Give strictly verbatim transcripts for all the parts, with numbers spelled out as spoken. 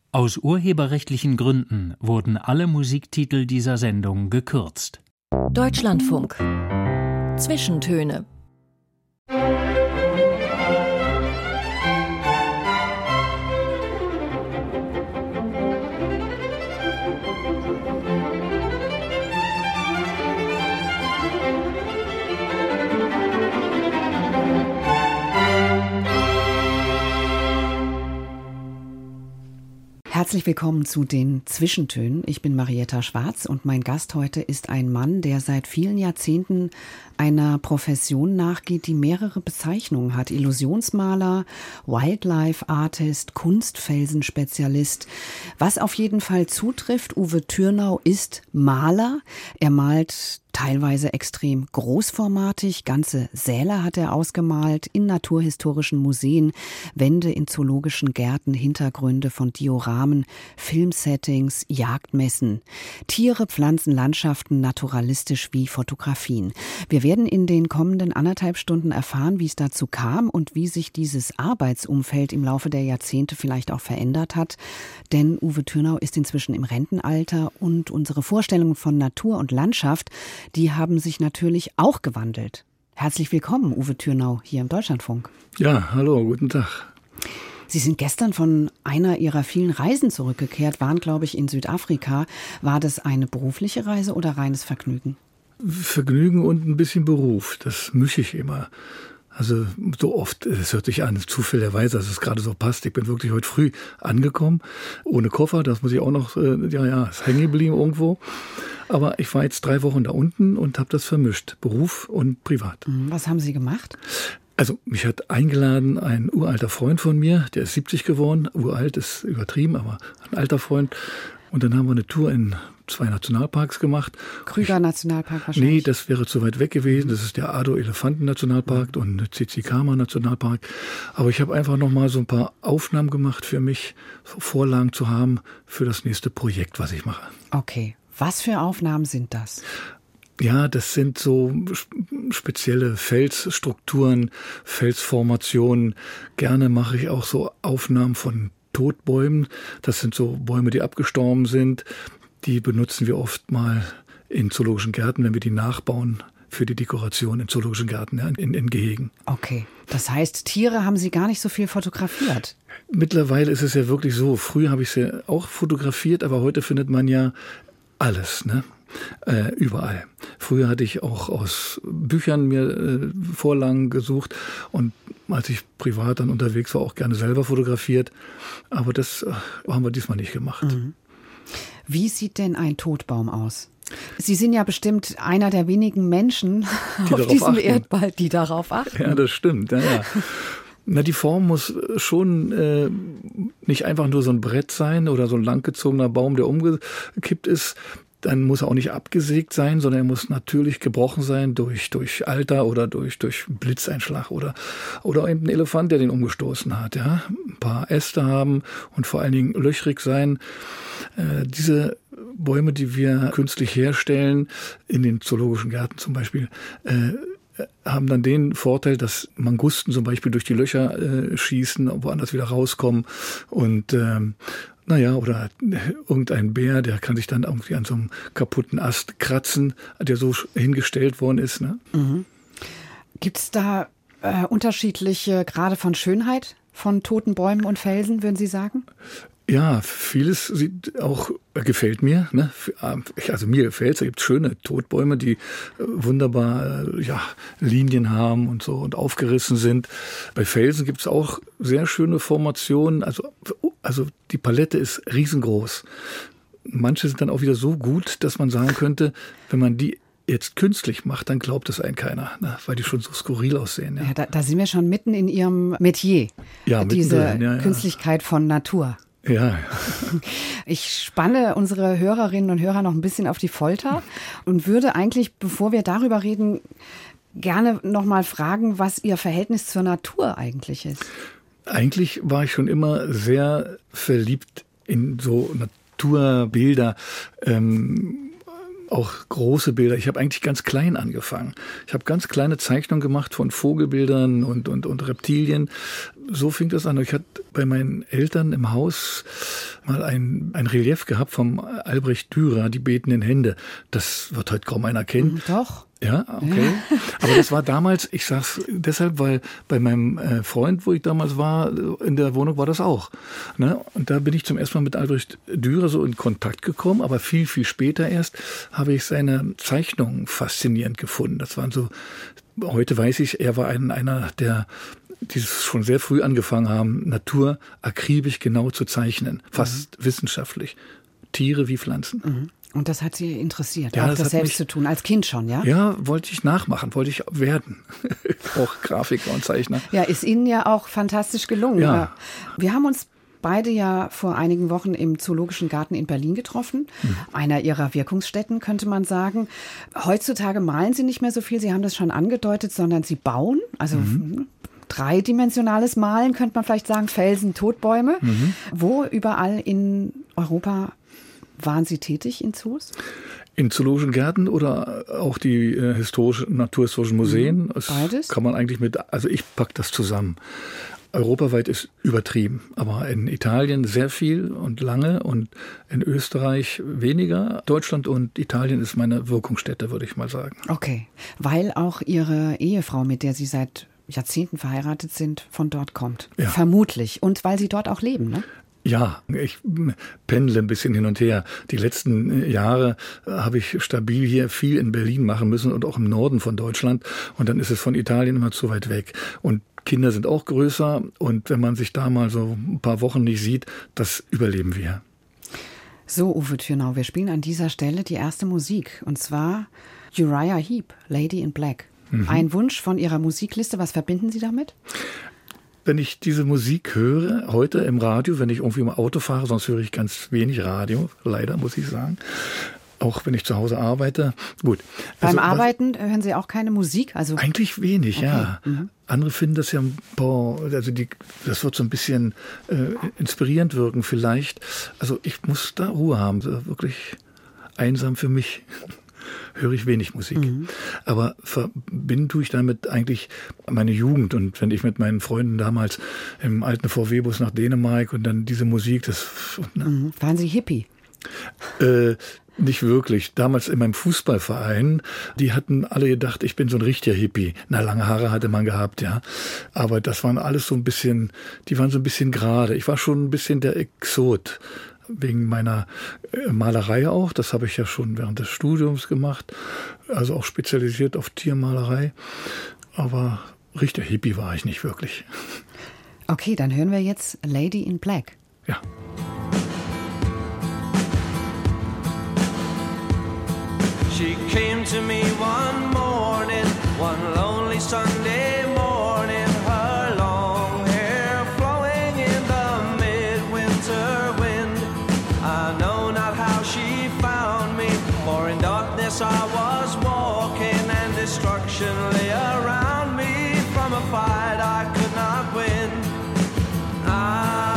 Aus urheberrechtlichen Gründen wurden alle Musiktitel dieser Sendung gekürzt. Deutschlandfunk. Zwischentöne. Herzlich willkommen zu den Zwischentönen. Ich bin Marietta Schwarz und mein Gast heute ist ein Mann, der seit vielen Jahrzehnten einer Profession nachgeht, die mehrere Bezeichnungen hat. Illusionsmaler, Wildlife Artist, Kunstfelsenspezialist. Was auf jeden Fall zutrifft, Uwe Thürnau ist Maler. Er malt teilweise extrem großformatig. Ganze Säle hat er ausgemalt in naturhistorischen Museen, Wände in zoologischen Gärten, Hintergründe von Dioramen, Filmsettings, Jagdmessen, Tiere, Pflanzen, Landschaften, naturalistisch wie Fotografien. Wir werden in den kommenden anderthalb Stunden erfahren, wie es dazu kam und wie sich dieses Arbeitsumfeld im Laufe der Jahrzehnte vielleicht auch verändert hat. Denn Uwe Thürnau ist inzwischen im Rentenalter und unsere Vorstellungen von Natur und Landschaft, die haben sich natürlich auch gewandelt. Herzlich willkommen, Uwe Thürnau, hier im Deutschlandfunk. Ja, hallo, guten Tag. Sie sind gestern von einer Ihrer vielen Reisen zurückgekehrt, waren, glaube ich, in Südafrika. War das eine berufliche Reise oder reines Vergnügen? Vergnügen und ein bisschen Beruf, das mische ich immer. Also so oft, es hört sich an, zufälligerweise, dass es gerade so passt. Ich bin wirklich heute früh angekommen, ohne Koffer, das muss ich auch noch, ja, ja, ist hängen geblieben irgendwo. Aber ich war jetzt drei Wochen da unten und habe das vermischt, Beruf und Privat. Was haben Sie gemacht? Also mich hat eingeladen ein uralter Freund von mir, der ist siebzig geworden, uralt ist übertrieben, aber ein alter Freund. Und dann haben wir eine Tour in zwei Nationalparks gemacht. Krüger Nationalpark wahrscheinlich? Nee, das wäre zu weit weg gewesen. Das ist der Ado-Elefanten-Nationalpark und der Tsitsikamma-Nationalpark. Aber ich habe einfach noch mal so ein paar Aufnahmen gemacht für mich, Vorlagen zu haben für das nächste Projekt, was ich mache. Okay. Was für Aufnahmen sind das? Ja, das sind so spezielle Felsstrukturen, Felsformationen. Gerne mache ich auch so Aufnahmen von Totbäumen. Das sind so Bäume, die abgestorben sind. Die benutzen wir oft mal in zoologischen Gärten, wenn wir die nachbauen für die Dekoration in zoologischen Gärten, ja, in, in Gehegen. Okay, das heißt, Tiere haben Sie gar nicht so viel fotografiert? Mittlerweile ist es ja wirklich so. Früher habe ich sie auch fotografiert, aber heute findet man ja alles, ne? Äh, überall. Früher hatte ich auch aus Büchern mir äh, Vorlagen gesucht und als ich privat dann unterwegs war, auch gerne selber fotografiert. Aber das äh, haben wir diesmal nicht gemacht. Mhm. Wie sieht denn ein Totbaum aus? Sie sind ja bestimmt einer der wenigen Menschen die auf diesem achten. Erdball, die darauf achten. Ja, das stimmt. Ja, ja. Na, die Form muss schon äh, nicht einfach nur so ein Brett sein oder so ein langgezogener Baum, der umgekippt ist. Dann muss er auch nicht abgesägt sein, sondern er muss natürlich gebrochen sein durch durch Alter oder durch durch Blitzeinschlag oder oder eben ein Elefant, der den umgestoßen hat. Ja, ein paar Äste haben und vor allen Dingen löchrig sein. Äh, diese Bäume, die wir künstlich herstellen, in den zoologischen Gärten zum Beispiel, äh, haben dann den Vorteil, dass Mangusten zum Beispiel durch die Löcher äh, schießen, woanders wieder rauskommen und ähm, naja, oder irgendein Bär, der kann sich dann irgendwie an so einem kaputten Ast kratzen, der so hingestellt worden ist. Ne? Mhm. Gibt es da äh, unterschiedliche Grade von Schönheit von toten Bäumen und Felsen, würden Sie sagen? Ja, vieles sieht auch, gefällt mir. Ne? Also mir gefällt es. Da gibt es schöne Totbäume, die wunderbar ja, Linien haben und so und aufgerissen sind. Bei Felsen gibt es auch sehr schöne Formationen. Also, also die Palette ist riesengroß. Manche sind dann auch wieder so gut, dass man sagen könnte, wenn man die jetzt künstlich macht, dann glaubt es einem keiner, ne? Weil die schon so skurril aussehen. Ja, ja da, da sind wir schon mitten in Ihrem Metier. Ja, diese mittendrin, ja, ja. Künstlichkeit von Natur. Ja. Ich spanne unsere Hörerinnen und Hörer noch ein bisschen auf die Folter und würde eigentlich, bevor wir darüber reden, gerne noch mal fragen, was Ihr Verhältnis zur Natur eigentlich ist. Eigentlich war ich schon immer sehr verliebt in so Naturbilder, ähm, auch große Bilder. Ich habe eigentlich ganz klein angefangen. Ich habe ganz kleine Zeichnungen gemacht von Vogelbildern und, und, und Reptilien. so fing das an. Ich hatte bei meinen Eltern im Haus mal ein, ein Relief gehabt vom Albrecht Dürer, die betenden Hände. Das wird heute kaum einer kennen. Doch. Ja, okay. Ja. Aber das war damals, ich sag's deshalb, weil bei meinem äh, Freund, wo ich damals war, in der Wohnung war das auch. Ne? Und da bin ich zum ersten Mal mit Albrecht Dürer so in Kontakt gekommen, aber viel, viel später erst habe ich seine Zeichnungen faszinierend gefunden. Das waren so, heute weiß ich, er war ein, einer, der die schon sehr früh angefangen haben, Natur akribisch genau zu zeichnen, fast mhm. wissenschaftlich. Tiere wie Pflanzen. Mhm. Und das hat Sie interessiert, ja, auch das, das selbst mich, zu tun, als Kind schon, ja? Ja, wollte ich nachmachen, wollte ich werden. Auch Grafiker und Zeichner. Ja, ist Ihnen ja auch fantastisch gelungen. Ja. Wir haben uns beide ja vor einigen Wochen im Zoologischen Garten in Berlin getroffen. Mhm. Einer Ihrer Wirkungsstätten, könnte man sagen. Heutzutage malen Sie nicht mehr so viel, Sie haben das schon angedeutet, sondern Sie bauen, also mhm. dreidimensionales Malen, könnte man vielleicht sagen, Felsen, Totbäume. Mhm. Wo überall in Europa waren Sie tätig in Zoos? In zoologischen Gärten oder auch die äh, historischen, naturhistorischen Museen? Mhm, beides? Das kann man eigentlich mit, also ich packe das zusammen. Europaweit ist übertrieben, aber in Italien sehr viel und lange und in Österreich weniger. Deutschland und Italien ist meine Wirkungsstätte, würde ich mal sagen. Okay, weil auch Ihre Ehefrau, mit der Sie seit Jahrzehnten verheiratet sind, von dort kommt. Ja. Vermutlich. Und weil Sie dort auch leben, ne? Ja, ich pendle ein bisschen hin und her. Die letzten Jahre habe ich stabil hier viel in Berlin machen müssen und auch im Norden von Deutschland. Und dann ist es von Italien immer zu weit weg. Und Kinder sind auch größer. Und wenn man sich da mal so ein paar Wochen nicht sieht, das überleben wir. So, Uwe Thürnau, wir spielen an dieser Stelle die erste Musik. Und zwar Uriah Heep, Lady in Black. Mhm. Ein Wunsch von Ihrer Musikliste. Was verbinden Sie damit? Wenn ich diese Musik höre, heute im Radio, wenn ich irgendwie im Auto fahre, sonst höre ich ganz wenig Radio, leider, muss ich sagen. Auch wenn ich zu Hause arbeite. Gut. Beim also, Arbeiten was, hören Sie auch keine Musik? Also eigentlich wenig, okay. ja. Mhm. Andere finden das ja, boah, also die, das wird so ein bisschen äh, inspirierend wirken vielleicht. Also ich muss da Ruhe haben, so wirklich einsam für mich. Höre ich wenig Musik. Mhm. Aber verbinden tue ich damit eigentlich meine Jugend. Und wenn ich mit meinen Freunden damals im alten V W-Bus nach Dänemark und dann diese Musik, das... Ne? Mhm. Waren Sie Hippie? Äh, nicht wirklich. Damals in meinem Fußballverein, die hatten alle gedacht, ich bin so ein richtiger Hippie. Na, lange Haare hatte man gehabt, ja. Aber das waren alles so ein bisschen, die waren so ein bisschen gerade. Ich war schon ein bisschen der Exot. Wegen meiner Malerei auch. Das habe ich ja schon während des Studiums gemacht. Also auch spezialisiert auf Tiermalerei. Aber richtig Hippie war ich nicht wirklich. Okay, dann hören wir jetzt Lady in Black. Ja. She came to me one morning, one lonely Sunday morning. Her long hair flowing in the midwinter wind. I know not how she found me, for in darkness I was walking, and destruction lay around me from a fight I could not win. I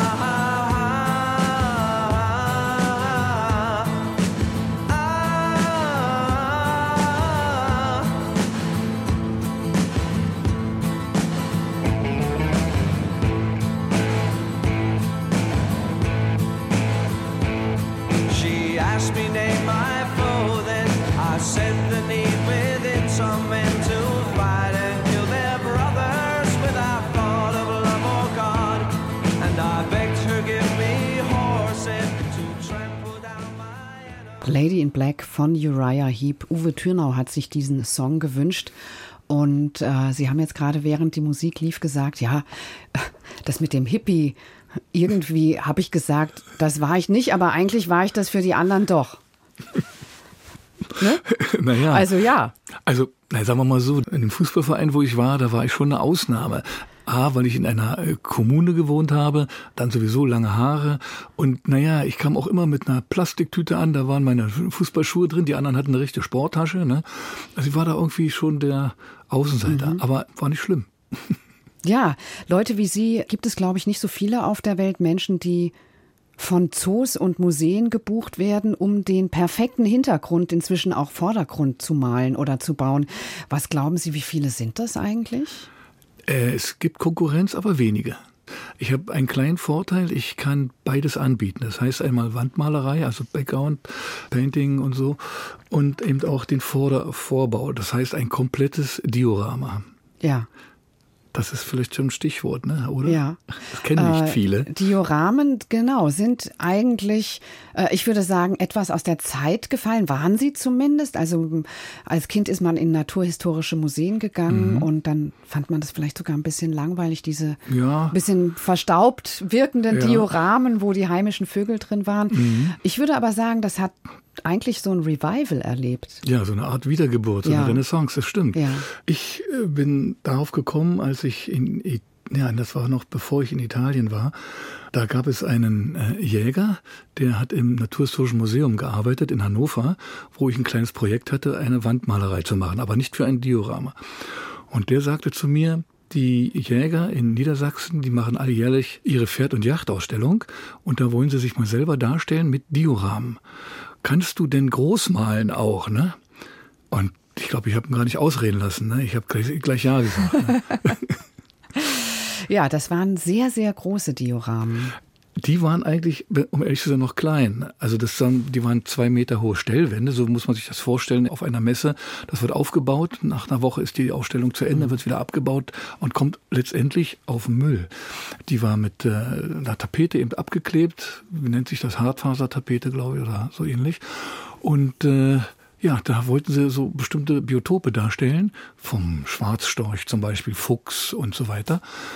Lady in Black von Uriah Heep. Uwe Thürnau hat sich diesen Song gewünscht. Und äh, Sie haben jetzt gerade, während die Musik lief, gesagt, ja, das mit dem Hippie, irgendwie habe ich gesagt, das war ich nicht, aber eigentlich war ich das für die anderen doch. Ne? Naja. Also ja. Also, na, sagen wir mal so, in dem Fußballverein, wo ich war, da war ich schon eine Ausnahme. A, weil ich in einer Kommune gewohnt habe, dann sowieso lange Haare und naja, ich kam auch immer mit einer Plastiktüte an, da waren meine Fußballschuhe drin, die anderen hatten eine richtige Sporttasche, ne? Also ich war da irgendwie schon der Außenseiter, mhm. aber war nicht schlimm. Ja, Leute wie Sie gibt es, glaube ich, nicht so viele auf der Welt, Menschen, die von Zoos und Museen gebucht werden, um den perfekten Hintergrund, inzwischen auch Vordergrund zu malen oder zu bauen. Was glauben Sie, wie viele sind das eigentlich? Es gibt Konkurrenz, aber wenige. Ich habe einen kleinen Vorteil, ich kann beides anbieten. Das heißt einmal Wandmalerei, also Background, Painting und so und eben auch den Vordervorbau. Das heißt ein komplettes Diorama. Ja. Das ist vielleicht schon ein Stichwort, ne? Oder? Ja. Das kennen nicht äh, viele. Dioramen, genau, sind eigentlich, äh, ich würde sagen, etwas aus der Zeit gefallen. Waren sie zumindest. Also als Kind ist man in naturhistorische Museen gegangen mhm. und dann fand man das vielleicht sogar ein bisschen langweilig, diese ja. bisschen verstaubt wirkenden ja. Dioramen, wo die heimischen Vögel drin waren. Mhm. Ich würde aber sagen, das hat eigentlich so ein Revival erlebt. Ja, so eine Art Wiedergeburt, so ja. eine Renaissance, das stimmt. Ja. Ich äh, bin darauf gekommen, als ich in, ja, das war noch bevor ich in Italien war, da gab es einen äh, Jäger, der hat im Naturhistorischen Museum gearbeitet in Hannover, wo ich ein kleines Projekt hatte, eine Wandmalerei zu machen, aber nicht für ein Diorama. Und der sagte zu mir, die Jäger in Niedersachsen, die machen alljährlich ihre Pferd- und Jachtausstellung und da wollen sie sich mal selber darstellen mit Dioramen. Kannst du denn groß malen auch, ne? Und ich glaube, ich habe ihn gar nicht ausreden lassen, ne? Ich habe gleich, gleich Ja gesagt. Ne? Ja, das waren sehr, sehr große Dioramen. Die waren eigentlich, um ehrlich zu sein, noch klein. Also das waren, die waren zwei Meter hohe Stellwände, so muss man sich das vorstellen, auf einer Messe. Das wird aufgebaut, nach einer Woche ist die Ausstellung zu Ende, mhm. wird es wieder abgebaut und kommt letztendlich auf Müll. Die war mit äh, einer Tapete eben abgeklebt, wie nennt sich das, Hartfasertapete, glaube ich, oder so ähnlich. Und äh, ja, da wollten sie so bestimmte Biotope darstellen, vom Schwarzstorch zum Beispiel, Fuchs und so weiter.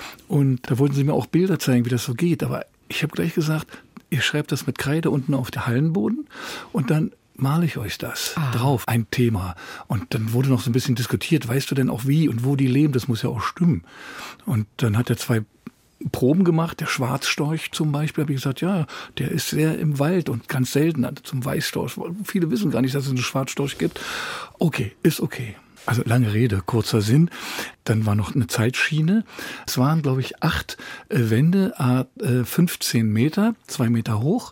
Und da wollten sie mir auch Bilder zeigen, wie das so geht, aber ich habe gleich gesagt, ihr schreibt das mit Kreide unten auf den Hallenboden und dann male ich euch das ah. drauf, ein Thema. Und dann wurde noch so ein bisschen diskutiert, weißt du denn auch wie und wo die leben, das muss ja auch stimmen. Und dann hat er zwei Proben gemacht, der Schwarzstorch zum Beispiel, habe ich gesagt, ja, der ist sehr im Wald und ganz selten, also zum Weißstorch. Viele wissen gar nicht, dass es einen Schwarzstorch gibt. Okay, ist okay. Also lange Rede, kurzer Sinn. Dann war noch eine Zeitschiene. Es waren, glaube ich, acht äh, Wände, äh, fünfzehn Meter, zwei Meter hoch.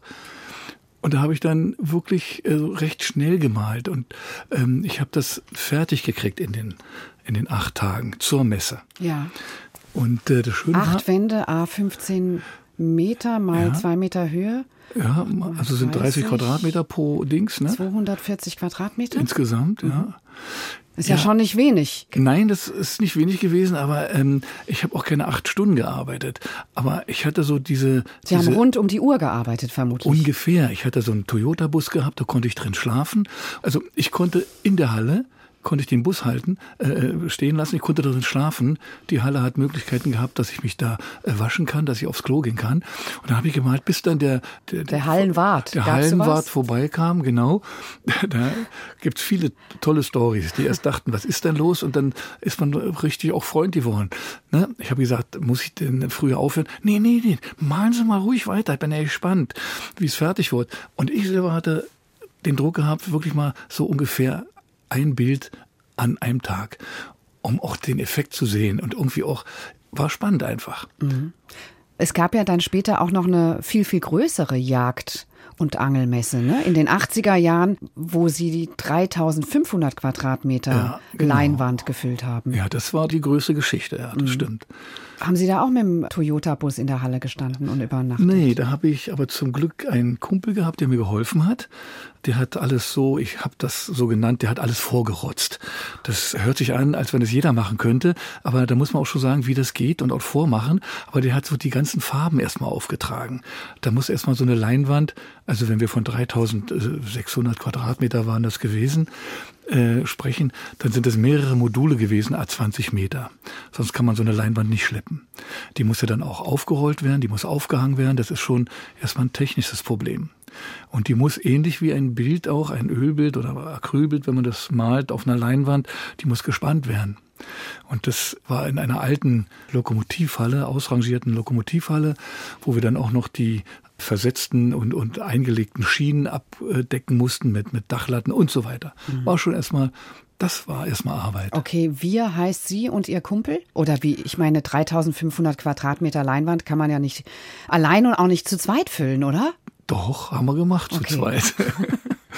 Und da habe ich dann wirklich äh, recht schnell gemalt. Und ähm, ich habe das fertig gekriegt in den, in den acht Tagen zur Messe. Ja. Und äh, das Schöne Acht war, Wände, a fünfzehn Meter mal ja. zwei Meter Höhe. Ja, also sind dreißig Quadratmeter pro Dings, ne? zweihundertvierzig Quadratmeter? Insgesamt, ja. Mhm. Ist ja. ja schon nicht wenig. Nein, das ist nicht wenig gewesen, aber ähm, ich habe auch keine acht Stunden gearbeitet. Aber ich hatte so diese... Sie diese, haben rund um die Uhr gearbeitet, vermutlich. Ungefähr. Ich hatte so einen Toyota-Bus gehabt, da konnte ich drin schlafen. Also ich konnte in der Halle... konnte ich den Bus halten, äh, stehen lassen. Ich konnte darin schlafen. Die Halle hat Möglichkeiten gehabt, dass ich mich da äh, waschen kann, dass ich aufs Klo gehen kann. Und da habe ich gemalt, bis dann der der, der Hallenwart, der Hallenwart vorbeikam. Genau. Da gibt's viele tolle Storys, die erst dachten, was ist denn los? Und dann ist man richtig auch freundlich geworden. Ne? Ich habe gesagt, muss ich denn früher aufhören? Nee, nee, nee, malen Sie mal ruhig weiter. Ich bin ja gespannt, wie es fertig wird. Und ich selber hatte den Druck gehabt, wirklich mal so ungefähr ein Bild an einem Tag, um auch den Effekt zu sehen und irgendwie auch, war spannend einfach. Mhm. Es gab ja dann später auch noch eine viel, viel größere Jagd- und Angelmesse, ne? In den achtziger Jahren, wo Sie die dreitausendfünfhundert Quadratmeter ja, genau. Leinwand gefüllt haben. Ja, das war die größte Geschichte, ja, das mhm. stimmt. Haben Sie da auch mit dem Toyota-Bus in der Halle gestanden und übernachtet? Nee, da habe ich aber zum Glück einen Kumpel gehabt, der mir geholfen hat. Der hat alles so, ich habe das so genannt, der hat alles vorgerotzt. Das hört sich an, als wenn es jeder machen könnte, aber da muss man auch schon sagen, wie das geht und auch vormachen. Aber der hat so die ganzen Farben erstmal aufgetragen. Da muss erstmal so eine Leinwand, also wenn wir von dreitausendsechshundert Quadratmeter waren das gewesen, äh, sprechen, dann sind es mehrere Module gewesen, à zwanzig Meter. Sonst kann man so eine Leinwand nicht schleppen. Die muss ja dann auch aufgerollt werden, die muss aufgehangen werden. Das ist schon erstmal ein technisches Problem. Und die muss ähnlich wie ein Bild auch, ein Ölbild oder Acrylbild, wenn man das malt auf einer Leinwand, die muss gespannt werden. Und das war in einer alten Lokomotivhalle, ausrangierten Lokomotivhalle, wo wir dann auch noch die versetzten und, und eingelegten Schienen abdecken mussten mit, mit Dachlatten und so weiter. Mhm. War schon erstmal, das war erstmal Arbeit. Okay, wir heißt Sie und Ihr Kumpel? Oder wie, ich meine, dreitausendfünfhundert Quadratmeter Leinwand kann man ja nicht allein und auch nicht zu zweit füllen, oder? Doch, haben wir gemacht zu okay. zweit.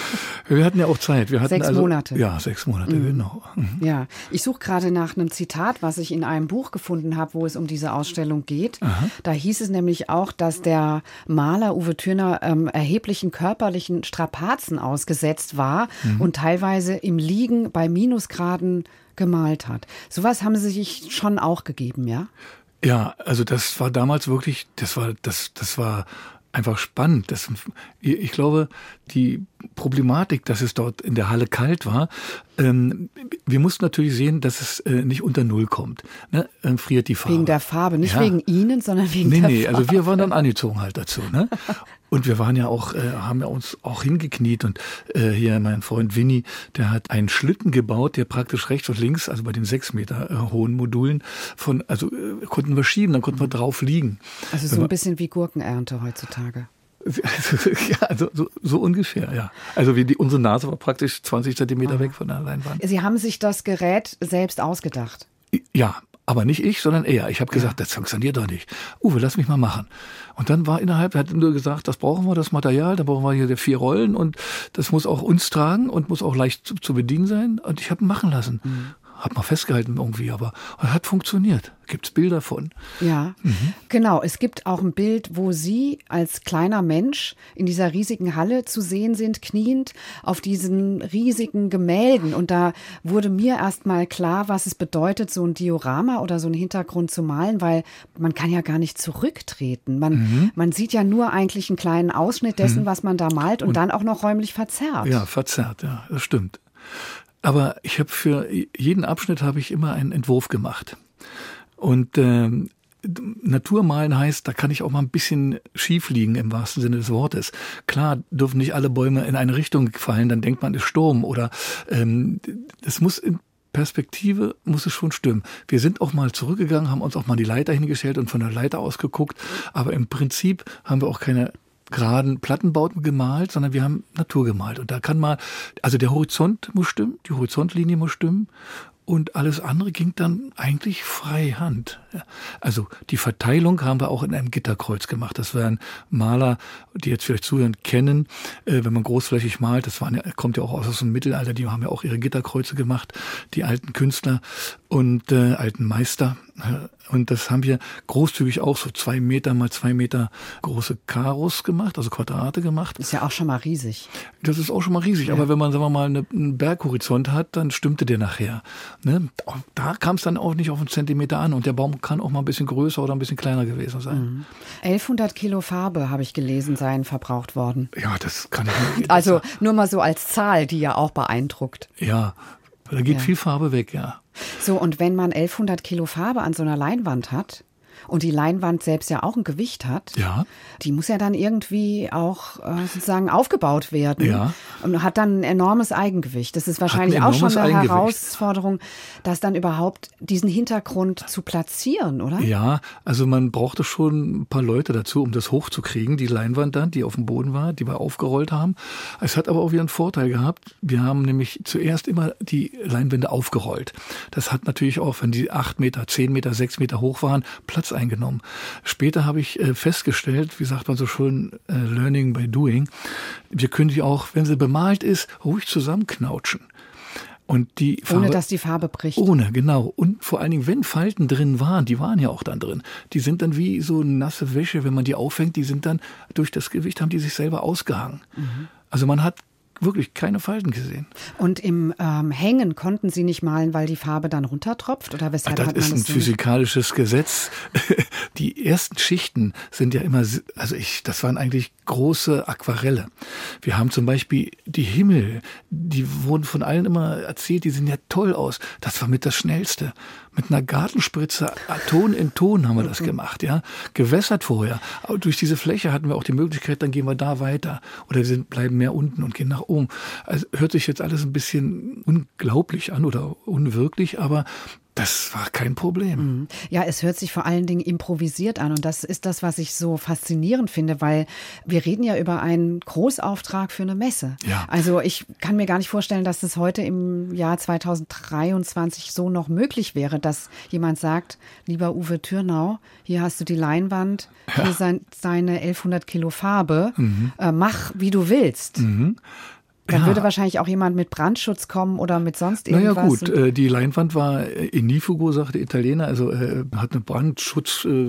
Wir hatten ja auch Zeit. Wir hatten sechs also, Monate. Ja, sechs Monate, mhm. genau. Mhm. Ja, ich suche gerade nach einem Zitat, was ich in einem Buch gefunden habe, wo es um diese Ausstellung geht. Aha. Da hieß es nämlich auch, dass der Maler Uwe Thürner ähm, erheblichen körperlichen Strapazen ausgesetzt war mhm. und teilweise im Liegen bei Minusgraden gemalt hat. Sowas haben Sie sich schon auch gegeben, ja? Ja, also das war damals wirklich, das war, das, das war einfach spannend. Das, ich glaube, die Problematik, dass es dort in der Halle kalt war, ähm, wir mussten natürlich sehen, dass es äh, nicht unter Null kommt. Ne? Dann friert die Farbe. Wegen der Farbe, nicht ja. wegen Ihnen, sondern wegen nee, der nee, Farbe. Nee, also wir waren dann angezogen halt dazu. Ne? Und wir waren ja auch, äh, haben ja uns auch hingekniet und äh, hier mein Freund Winnie, der hat einen Schlitten gebaut, der praktisch rechts und links, also bei den sechs Meter äh, hohen Modulen von, also äh, konnten wir schieben, dann konnten wir drauf liegen. Also so ein bisschen wie Gurkenernte heutzutage. Ja, so, so, so ungefähr, ja. Also wie die, unsere Nase war praktisch zwanzig Zentimeter oh. weg von der Leinwand. Sie haben sich das Gerät selbst ausgedacht? Ja, aber nicht ich, sondern er. Ich habe gesagt, ja. das funktioniert doch nicht. Uwe, lass mich mal machen. Und dann war innerhalb, er hat nur gesagt, das brauchen wir, das Material, da brauchen wir hier vier Rollen und das muss auch uns tragen und muss auch leicht zu, zu bedienen sein. Und ich habe ihn machen lassen. Mhm. Hab mal festgehalten irgendwie, aber es hat funktioniert. Gibt's Bilder von. Ja, mhm. genau. Es gibt auch ein Bild, wo Sie als kleiner Mensch in dieser riesigen Halle zu sehen sind, kniend auf diesen riesigen Gemälden. Und da wurde mir erst mal klar, was es bedeutet, so ein Diorama oder so einen Hintergrund zu malen, weil man kann ja gar nicht zurücktreten. Man, mhm. man sieht ja nur eigentlich einen kleinen Ausschnitt dessen, mhm. was man da malt und, und dann auch noch räumlich verzerrt. Ja, verzerrt, ja, das stimmt. Aber ich habe für jeden Abschnitt habe ich immer einen Entwurf gemacht. Und ähm, Naturmalen heißt, da kann ich auch mal ein bisschen schief liegen im wahrsten Sinne des Wortes. Klar dürfen nicht alle Bäume in eine Richtung fallen, dann denkt man, es ist Sturm oder ähm, es muss in Perspektive muss es schon stimmen. Wir sind auch mal zurückgegangen, haben uns auch mal die Leiter hingestellt und von der Leiter aus geguckt. Aber im Prinzip haben wir auch keine geraden Plattenbauten gemalt, sondern wir haben Natur gemalt. Und da kann mal, also der Horizont muss stimmen, die Horizontlinie muss stimmen und alles andere ging dann eigentlich frei Hand. Also die Verteilung haben wir auch in einem Gitterkreuz gemacht. Das werden Maler, die jetzt vielleicht zuhören, kennen, äh, wenn man großflächig malt. Das waren ja, kommt ja auch aus dem Mittelalter, die haben ja auch ihre Gitterkreuze gemacht, die alten Künstler und äh, alten Meister. Und das haben wir großzügig auch so zwei Meter mal zwei Meter große Karos gemacht, also Quadrate gemacht. Ist ja auch schon mal riesig. Das ist auch schon mal riesig. Ja. Aber wenn man, sagen wir mal, eine, einen Berghorizont hat, dann stimmte der nachher. Ne? Da kam es dann auch nicht auf einen Zentimeter an. Und der Baum kann auch mal ein bisschen größer oder ein bisschen kleiner gewesen sein. Mhm. elfhundert Kilo Farbe, habe ich gelesen, seien verbraucht worden. Ja, das kann ich nicht. Also nur mal so als Zahl, die ja auch beeindruckt. Ja, da geht ja. viel Farbe weg, ja. So, und wenn man elfhundert Kilo Farbe an so einer Leinwand hat und die Leinwand selbst ja auch ein Gewicht hat, ja. die muss ja dann irgendwie auch äh, sozusagen aufgebaut werden ja. und hat dann ein enormes Eigengewicht. Das ist wahrscheinlich auch schon eine Herausforderung, das dann überhaupt diesen Hintergrund zu platzieren, oder? Ja, also man brauchte schon ein paar Leute dazu, um das hochzukriegen, die Leinwand dann, die auf dem Boden war, die wir aufgerollt haben. Es hat aber auch wieder einen Vorteil gehabt. Wir haben nämlich zuerst immer die Leinwände aufgerollt. Das hat natürlich auch, wenn die acht Meter, zehn Meter, sechs Meter hoch waren, Platz eingenommen. Später habe ich äh, festgestellt, wie sagt man so schön, äh, Learning by Doing, wir können die auch, wenn sie bemalt ist, ruhig zusammenknautschen. Und die Farbe, ohne dass die Farbe bricht. Ohne, genau. Und vor allen Dingen, wenn Falten drin waren, die waren ja auch dann drin, die sind dann wie so nasse Wäsche, wenn man die aufhängt, die sind dann, durch das Gewicht haben die sich selber ausgehangen. Mhm. Also man hat wirklich keine Falten gesehen. Und im ähm, Hängen konnten Sie nicht malen, weil die Farbe dann runtertropft? Oder weshalb das hat man ist das ein so physikalisches Gesetz. Die ersten Schichten sind ja immer, also ich, das waren eigentlich große Aquarelle. Wir haben zum Beispiel die Himmel, die wurden von allen immer erzählt, die sehen ja toll aus. Das war mit das Schnellste. Mit einer Gartenspritze, Ton in Ton haben wir das gemacht, ja. Gewässert vorher. Aber durch diese Fläche hatten wir auch die Möglichkeit, dann gehen wir da weiter. Oder wir sind, bleiben mehr unten und gehen nach oben. Also hört sich jetzt alles ein bisschen unglaublich an oder unwirklich, aber das war kein Problem. Ja, es hört sich vor allen Dingen improvisiert an. Und das ist das, was ich so faszinierend finde, weil wir reden ja über einen Großauftrag für eine Messe. Ja. Also ich kann mir gar nicht vorstellen, dass das heute im Jahr zweitausenddreiundzwanzig so noch möglich wäre, dass jemand sagt, lieber Uwe Thürnau, hier hast du die Leinwand, ja. hier sind seine elfhundert Kilo Farbe, mhm. äh, mach, wie du willst. Mhm. Dann ja. würde wahrscheinlich auch jemand mit Brandschutz kommen oder mit sonst irgendwas. Naja gut, äh, die Leinwand war ignifugo, sagt der Italiener, also äh, hat einen Brandschutz, äh,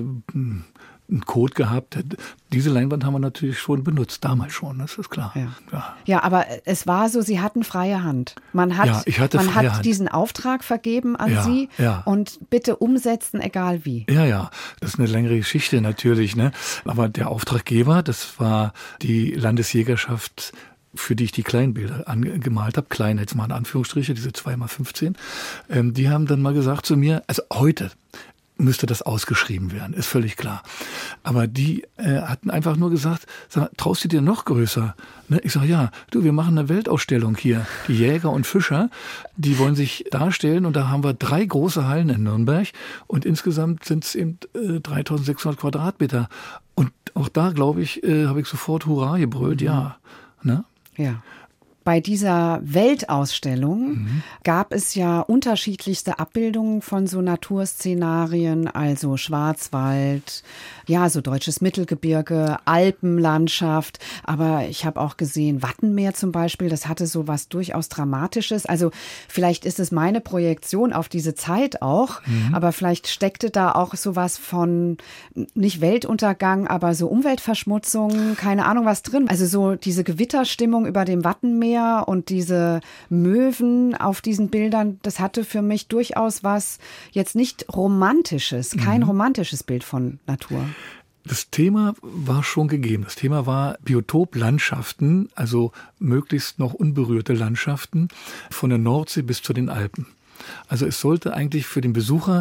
einen Code gehabt. Diese Leinwand haben wir natürlich schon benutzt, damals schon, das ist klar. Ja, ja. ja, aber es war so, Sie hatten freie Hand. Man hat, ja, ich hatte man freie hat Hand. diesen Auftrag vergeben an ja, Sie ja. und bitte umsetzen, egal wie. Ja, ja, das ist eine längere Geschichte natürlich, ne? Aber der Auftraggeber, das war die Landesjägerschaft, für die ich die Kleinbilder angemalt habe, klein jetzt mal in Anführungsstriche, diese zwei mal fünfzehn, ähm, die haben dann mal gesagt zu mir, also heute müsste das ausgeschrieben werden, ist völlig klar. Aber die äh, hatten einfach nur gesagt, sag, traust du dir noch größer? Ne? Ich sage, ja, du, wir machen eine Weltausstellung hier. Die Jäger und Fischer, die wollen sich darstellen und da haben wir drei große Hallen in Nürnberg und insgesamt sind es eben äh, dreitausendsechshundert Quadratmeter. Und auch da, glaube ich, äh, habe ich sofort Hurra gebrüllt, mhm. ja. Ne? Ja. Bei dieser Weltausstellung mhm. gab es ja unterschiedlichste Abbildungen von so Naturszenarien, also Schwarzwald, ja, so deutsches Mittelgebirge, Alpenlandschaft. Aber ich habe auch gesehen, Wattenmeer zum Beispiel, das hatte so was durchaus Dramatisches. Also vielleicht ist es meine Projektion auf diese Zeit auch, mhm. aber vielleicht steckte da auch sowas von, nicht Weltuntergang, aber so Umweltverschmutzung, keine Ahnung was drin. Also so diese Gewitterstimmung über dem Wattenmeer und diese Möwen auf diesen Bildern, das hatte für mich durchaus was jetzt nicht Romantisches, kein mhm. romantisches Bild von Natur. Das Thema war schon gegeben. Das Thema war Biotoplandschaften, also möglichst noch unberührte Landschaften von der Nordsee bis zu den Alpen. Also es sollte eigentlich für den Besucher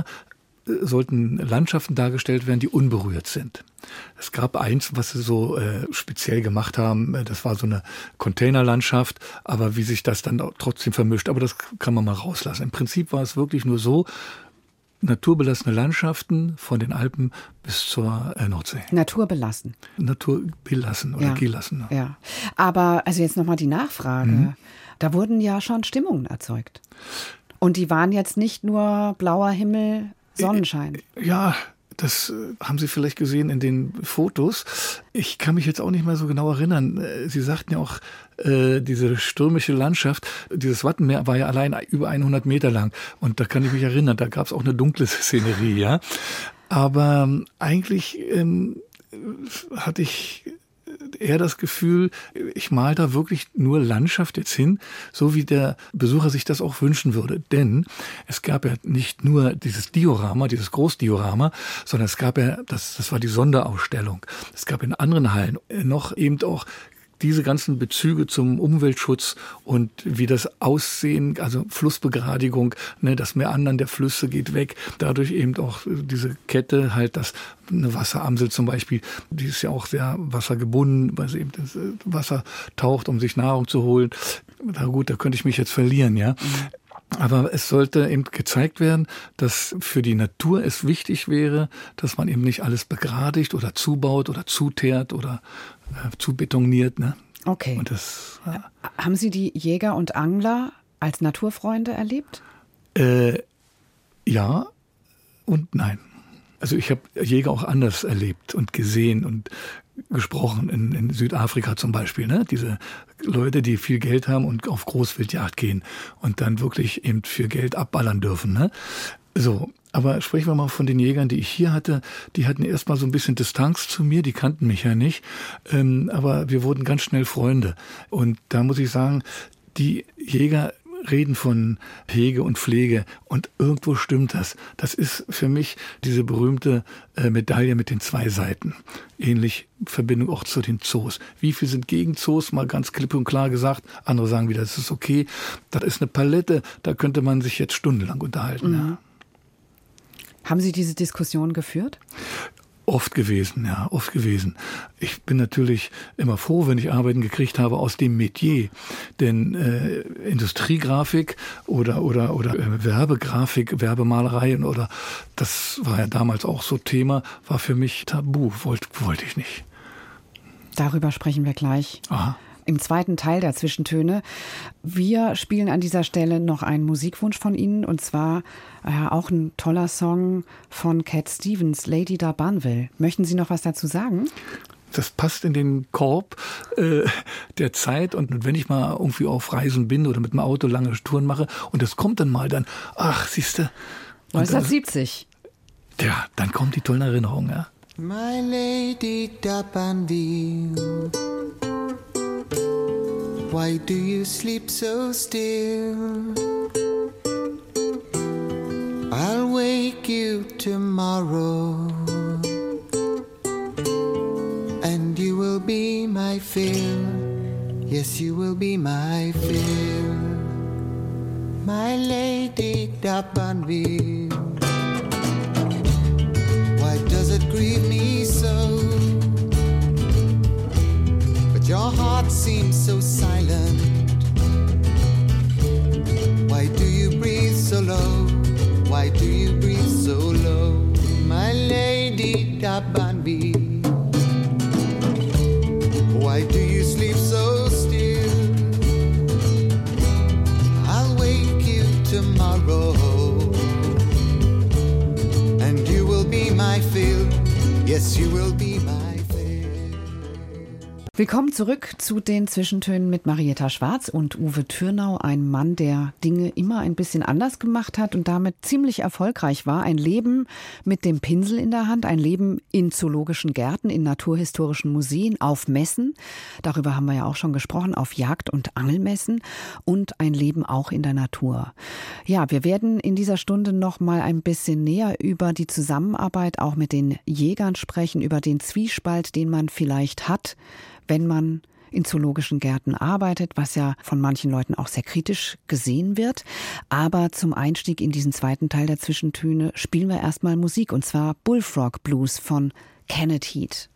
sollten Landschaften dargestellt werden, die unberührt sind. Es gab eins, was sie so äh, speziell gemacht haben, das war so eine Containerlandschaft, aber wie sich das dann trotzdem vermischt, aber das kann man mal rauslassen. Im Prinzip war es wirklich nur so, naturbelassene Landschaften von den Alpen bis zur äh, Nordsee. Naturbelassen. Naturbelassen oder ja. gelassen. Ja, aber also jetzt nochmal die Nachfrage. Mhm. Da wurden ja schon Stimmungen erzeugt. Und die waren jetzt nicht nur blauer Himmel, Sonnenschein. Ja, das haben Sie vielleicht gesehen in den Fotos. Ich kann mich jetzt auch nicht mehr so genau erinnern. Sie sagten ja auch, äh, diese stürmische Landschaft, dieses Wattenmeer war ja allein über hundert Meter lang. Und da kann ich mich erinnern, da gab es auch eine dunkle Szenerie, ja. Aber ähm, eigentlich ähm, hatte ich eher das Gefühl, ich male da wirklich nur Landschaft jetzt hin, so wie der Besucher sich das auch wünschen würde. Denn es gab ja nicht nur dieses Diorama, dieses Großdiorama, sondern es gab ja, das, das war die Sonderausstellung. Es gab in anderen Hallen noch eben auch diese ganzen Bezüge zum Umweltschutz und wie das Aussehen, also Flussbegradigung, ne, das Meandern der Flüsse geht weg. Dadurch eben auch diese Kette, halt das eine Wasseramsel zum Beispiel, die ist ja auch sehr wassergebunden, weil sie eben das Wasser taucht, um sich Nahrung zu holen. Na gut, da könnte ich mich jetzt verlieren, ja. Mhm. Aber es sollte eben gezeigt werden, dass für die Natur es wichtig wäre, dass man eben nicht alles begradigt oder zubaut oder zuteert oder äh, zubetoniert. Ne? Okay. Und das, ja. Haben Sie die Jäger und Angler als Naturfreunde erlebt? Äh, ja und nein. Also ich habe Jäger auch anders erlebt und gesehen und gesprochen, in, in Südafrika zum Beispiel, ne? Diese Leute, die viel Geld haben und auf Großwildjagd gehen und dann wirklich eben für Geld abballern dürfen, ne? So, aber sprechen wir mal von den Jägern, die ich hier hatte. Die hatten erstmal so ein bisschen Distanz zu mir, die kannten mich ja nicht, ähm, aber wir wurden ganz schnell Freunde. Und da muss ich sagen, die Jäger reden von Hege und Pflege und irgendwo stimmt das. Das ist für mich diese berühmte äh, Medaille mit den zwei Seiten. Ähnlich Verbindung auch zu den Zoos. Wie viel sind gegen Zoos? Mal ganz klipp und klar gesagt. Andere sagen wieder, das ist okay. Das ist eine Palette, da könnte man sich jetzt stundenlang unterhalten. Mhm. Ja. Haben Sie diese Diskussion geführt? Oft gewesen, ja, oft gewesen. Ich bin natürlich immer froh, wenn ich Arbeiten gekriegt habe aus dem Metier. Denn äh, Industriegrafik oder oder oder äh, Werbegrafik, Werbemalereien oder das war ja damals auch so Thema, war für mich tabu, wollte wollte ich nicht. Darüber sprechen wir gleich. Aha. Im zweiten Teil der Zwischentöne. Wir spielen an dieser Stelle noch einen Musikwunsch von Ihnen und zwar äh, auch ein toller Song von Cat Stevens, Lady da Banville. Möchten Sie noch was dazu sagen? das passt in den Korb äh, der Zeit. Und wenn ich mal irgendwie auf Reisen bin oder mit dem Auto lange Touren mache und das kommt dann mal, dann, ach, siehste. neunzehnhundertsiebzig. Ja, dann kommt die tollen Erinnerungen, ja. My Lady d'Abanville, why do you sleep so still? I'll wake you tomorrow, and you will be my fill. Yes, you will be my fill. My Lady d'Abanville, why does it grieve me so? But your heart seems so silent. Why do you breathe so low? Why do you breathe so low? My Lady d'Abanville, why do you sleep so still? I'll wake you tomorrow, and you will be my fill. Yes, you will be my Willkommen zurück zu den Zwischentönen mit Marietta Schwarz und Uwe Thürnau, ein Mann, der Dinge immer ein bisschen anders gemacht hat und damit ziemlich erfolgreich war. Ein Leben mit dem Pinsel in der Hand, ein Leben in zoologischen Gärten, in naturhistorischen Museen, auf Messen. Darüber haben wir ja auch schon gesprochen, auf Jagd- und Angelmessen und ein Leben auch in der Natur. Ja, wir werden in dieser Stunde noch mal ein bisschen näher über die Zusammenarbeit auch mit den Jägern sprechen, über den Zwiespalt, den man vielleicht hat, wenn man in zoologischen Gärten arbeitet, was ja von manchen Leuten auch sehr kritisch gesehen wird. Aber zum Einstieg in diesen zweiten Teil der Zwischentöne spielen wir erstmal Musik, und zwar Bullfrog Blues von Kenneth Heat.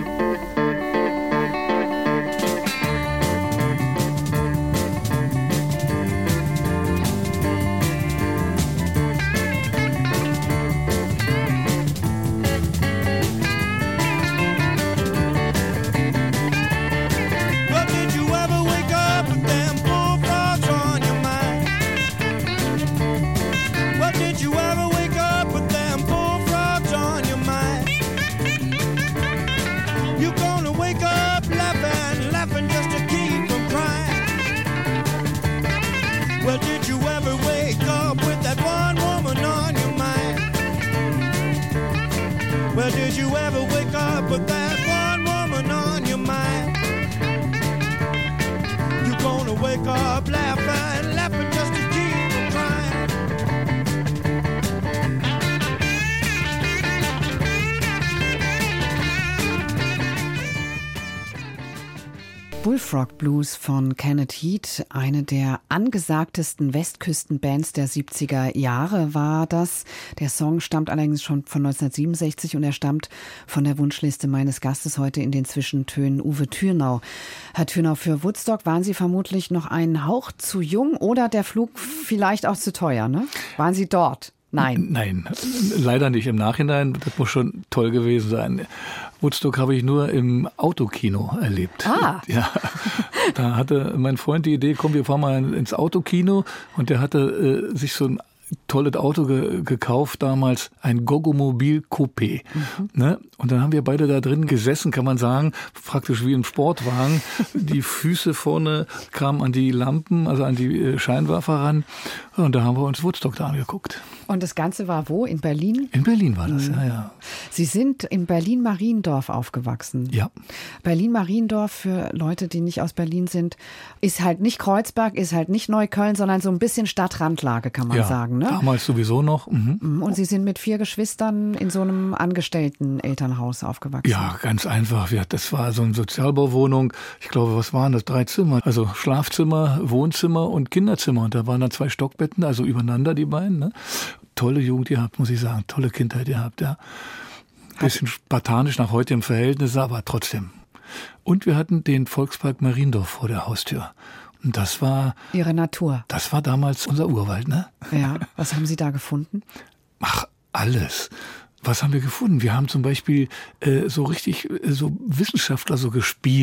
Well, did you ever wake up with that one woman on your mind? You're gonna wake up laughing, laughing just to keep from crying. Bullfrog Blues von Kenneth Heat, eine der angesagtesten Westküstenbands der siebziger Jahre war das. Der Song stammt allerdings schon von neunzehnhundertsiebenundsechzig und er stammt von der Wunschliste meines Gastes heute in den Zwischentönen, Uwe Thürnau. Herr Thürnau, für Woodstock waren Sie vermutlich noch einen Hauch zu jung oder der Flug vielleicht auch zu teuer, ne? Waren Sie dort? Nein. Nein, leider nicht. Im Nachhinein, das muss schon toll gewesen sein. Woodstock habe ich nur im Autokino erlebt. Ah. Ja, da hatte mein Freund die Idee, komm, wir fahren mal ins Autokino. Und der hatte äh, sich so ein tolles Auto ge- gekauft damals, ein Gogomobil Coupé. Mhm. Ne? Und dann haben wir beide da drin gesessen, kann man sagen, praktisch wie im Sportwagen. Die Füße vorne kamen an die Lampen, also an die Scheinwerfer ran. Und da haben wir uns Woodstock da angeguckt. Und das Ganze war wo? In Berlin? In Berlin war das, mhm. ja, ja. Sie sind in Berlin-Mariendorf aufgewachsen. Ja. Berlin-Mariendorf, für Leute, die nicht aus Berlin sind, ist halt nicht Kreuzberg, ist halt nicht Neukölln, sondern so ein bisschen Stadtrandlage, kann man ja, sagen. Ne? Damals sowieso noch. Mhm. Und Sie sind mit vier Geschwistern in so einem Angestellten-Elternhaus aufgewachsen. Ja, ganz einfach. Ja, das war so eine Sozialbauwohnung. Ich glaube, was waren das? Drei Zimmer. Also Schlafzimmer, Wohnzimmer und Kinderzimmer. Und da waren dann zwei Stockbetten, also übereinander die beiden. Ne? Tolle Jugend gehabt, muss ich sagen. Tolle Kindheit gehabt, ja. Bisschen spartanisch nach heutigem Verhältnis, aber trotzdem. Und wir hatten den Volkspark Mariendorf vor der Haustür. Und das war... Ihre Natur. Das war damals unser Urwald, ne? Ja. Was haben Sie da gefunden? Ach, alles. Was haben wir gefunden? Wir haben zum Beispiel äh, so richtig äh, so Wissenschaftler so gespielt.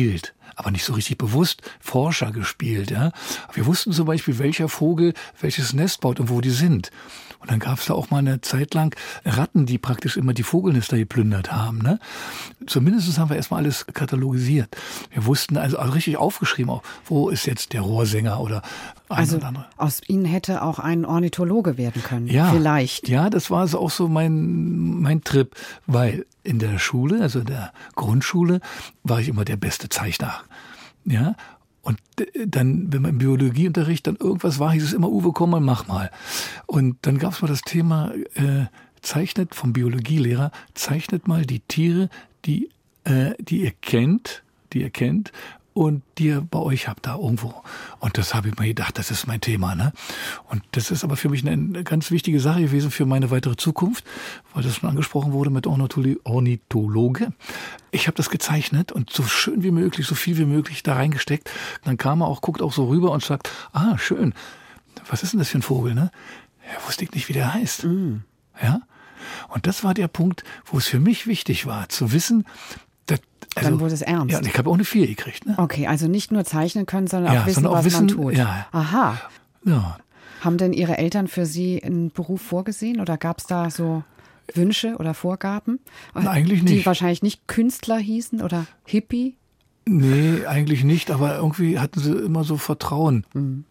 aber nicht so richtig bewusst Forscher gespielt. Ja? Wir wussten zum Beispiel, welcher Vogel welches Nest baut und wo die sind. Und dann gab es da auch mal eine Zeit lang Ratten, die praktisch immer die Vogelnester geplündert haben. Ne? Zumindest haben wir erstmal alles katalogisiert. Wir wussten also, also richtig aufgeschrieben, auch, wo ist jetzt der Rohrsänger oder ein also oder andere. Aus Ihnen hätte auch ein Ornithologe werden können, ja, vielleicht. Ja, das war so auch so mein, mein Trip, weil in der Schule, also in der Grundschule, war ich immer der beste Zeichner. Ja, und dann, wenn man im Biologieunterricht dann irgendwas war, hieß es immer, Uwe, komm mal, mach mal. Und dann gab es mal das Thema, äh, zeichnet vom Biologielehrer, zeichnet mal die Tiere, die, äh, die ihr kennt, die ihr kennt und die ihr bei euch habt da irgendwo. Und das habe ich mir gedacht, das ist mein Thema. Ne? Und das ist aber für mich eine ganz wichtige Sache gewesen für meine weitere Zukunft, weil das schon angesprochen wurde mit Ornithologe. Ich habe das gezeichnet und so schön wie möglich, so viel wie möglich da reingesteckt. Dann kam er auch, guckt auch so rüber und sagt, ah, schön, was ist denn das für ein Vogel? Ne? Ja, wusste ich nicht, wie der heißt. Mm. Ja? Und das war der Punkt, wo es für mich wichtig war, zu wissen, das, also, dann wurde es ernst. Ja, und ich habe auch eine vier gekriegt. Ne? Okay, also nicht nur zeichnen können, sondern ja, auch wissen, sondern auch was wissen, man tut. Ja. Aha. Ja. Haben denn Ihre Eltern für Sie einen Beruf vorgesehen oder gab es da so Wünsche oder Vorgaben? Na, eigentlich nicht. Die wahrscheinlich nicht Künstler hießen oder Hippie? Nee, eigentlich nicht, aber irgendwie hatten sie immer so Vertrauen.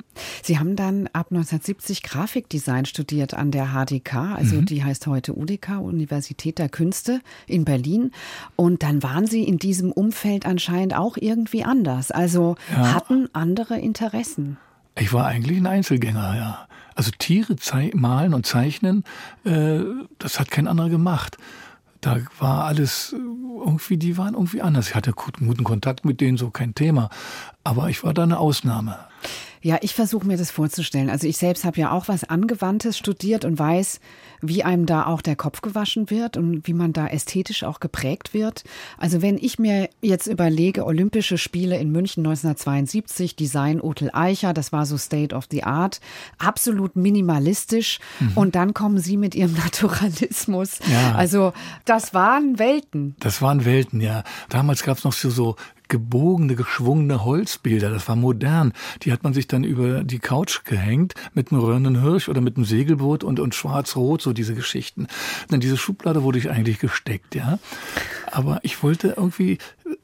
Sie haben dann ab neunzehnhundertsiebzig Grafikdesign studiert an der H D K, also mhm. die heißt heute U D K, Universität der Künste in Berlin. Und dann waren Sie in diesem Umfeld anscheinend auch irgendwie anders, also ja. hatten andere Interessen. Ich war eigentlich ein Einzelgänger, ja. Also Tiere malen und zeichnen, äh, das hat kein anderer gemacht. Da war alles irgendwie, die waren irgendwie anders. Ich hatte guten Kontakt mit denen, so kein Thema. Aber ich war da eine Ausnahme. Ja, ich versuche mir das vorzustellen. Also ich selbst habe ja auch was Angewandtes studiert und weiß, wie einem da auch der Kopf gewaschen wird und wie man da ästhetisch auch geprägt wird. Also wenn ich mir jetzt überlege, Olympische Spiele in München neunzehnhundertzweiundsiebzig, Design Otel Eicher, das war so State of the Art, absolut minimalistisch. Mhm. Und dann kommen Sie mit Ihrem Naturalismus. Ja. Also das waren Welten. Das waren Welten, ja. Damals gab es noch so, so gebogene, geschwungene Holzbilder. Das war modern. Die hat man sich dann über die Couch gehängt mit einem röhrenden Hirsch oder mit einem Segelboot und, und schwarz-rot, so diese Geschichten. In diese Schublade wurde ich eigentlich gesteckt, ja. Aber ich wollte irgendwie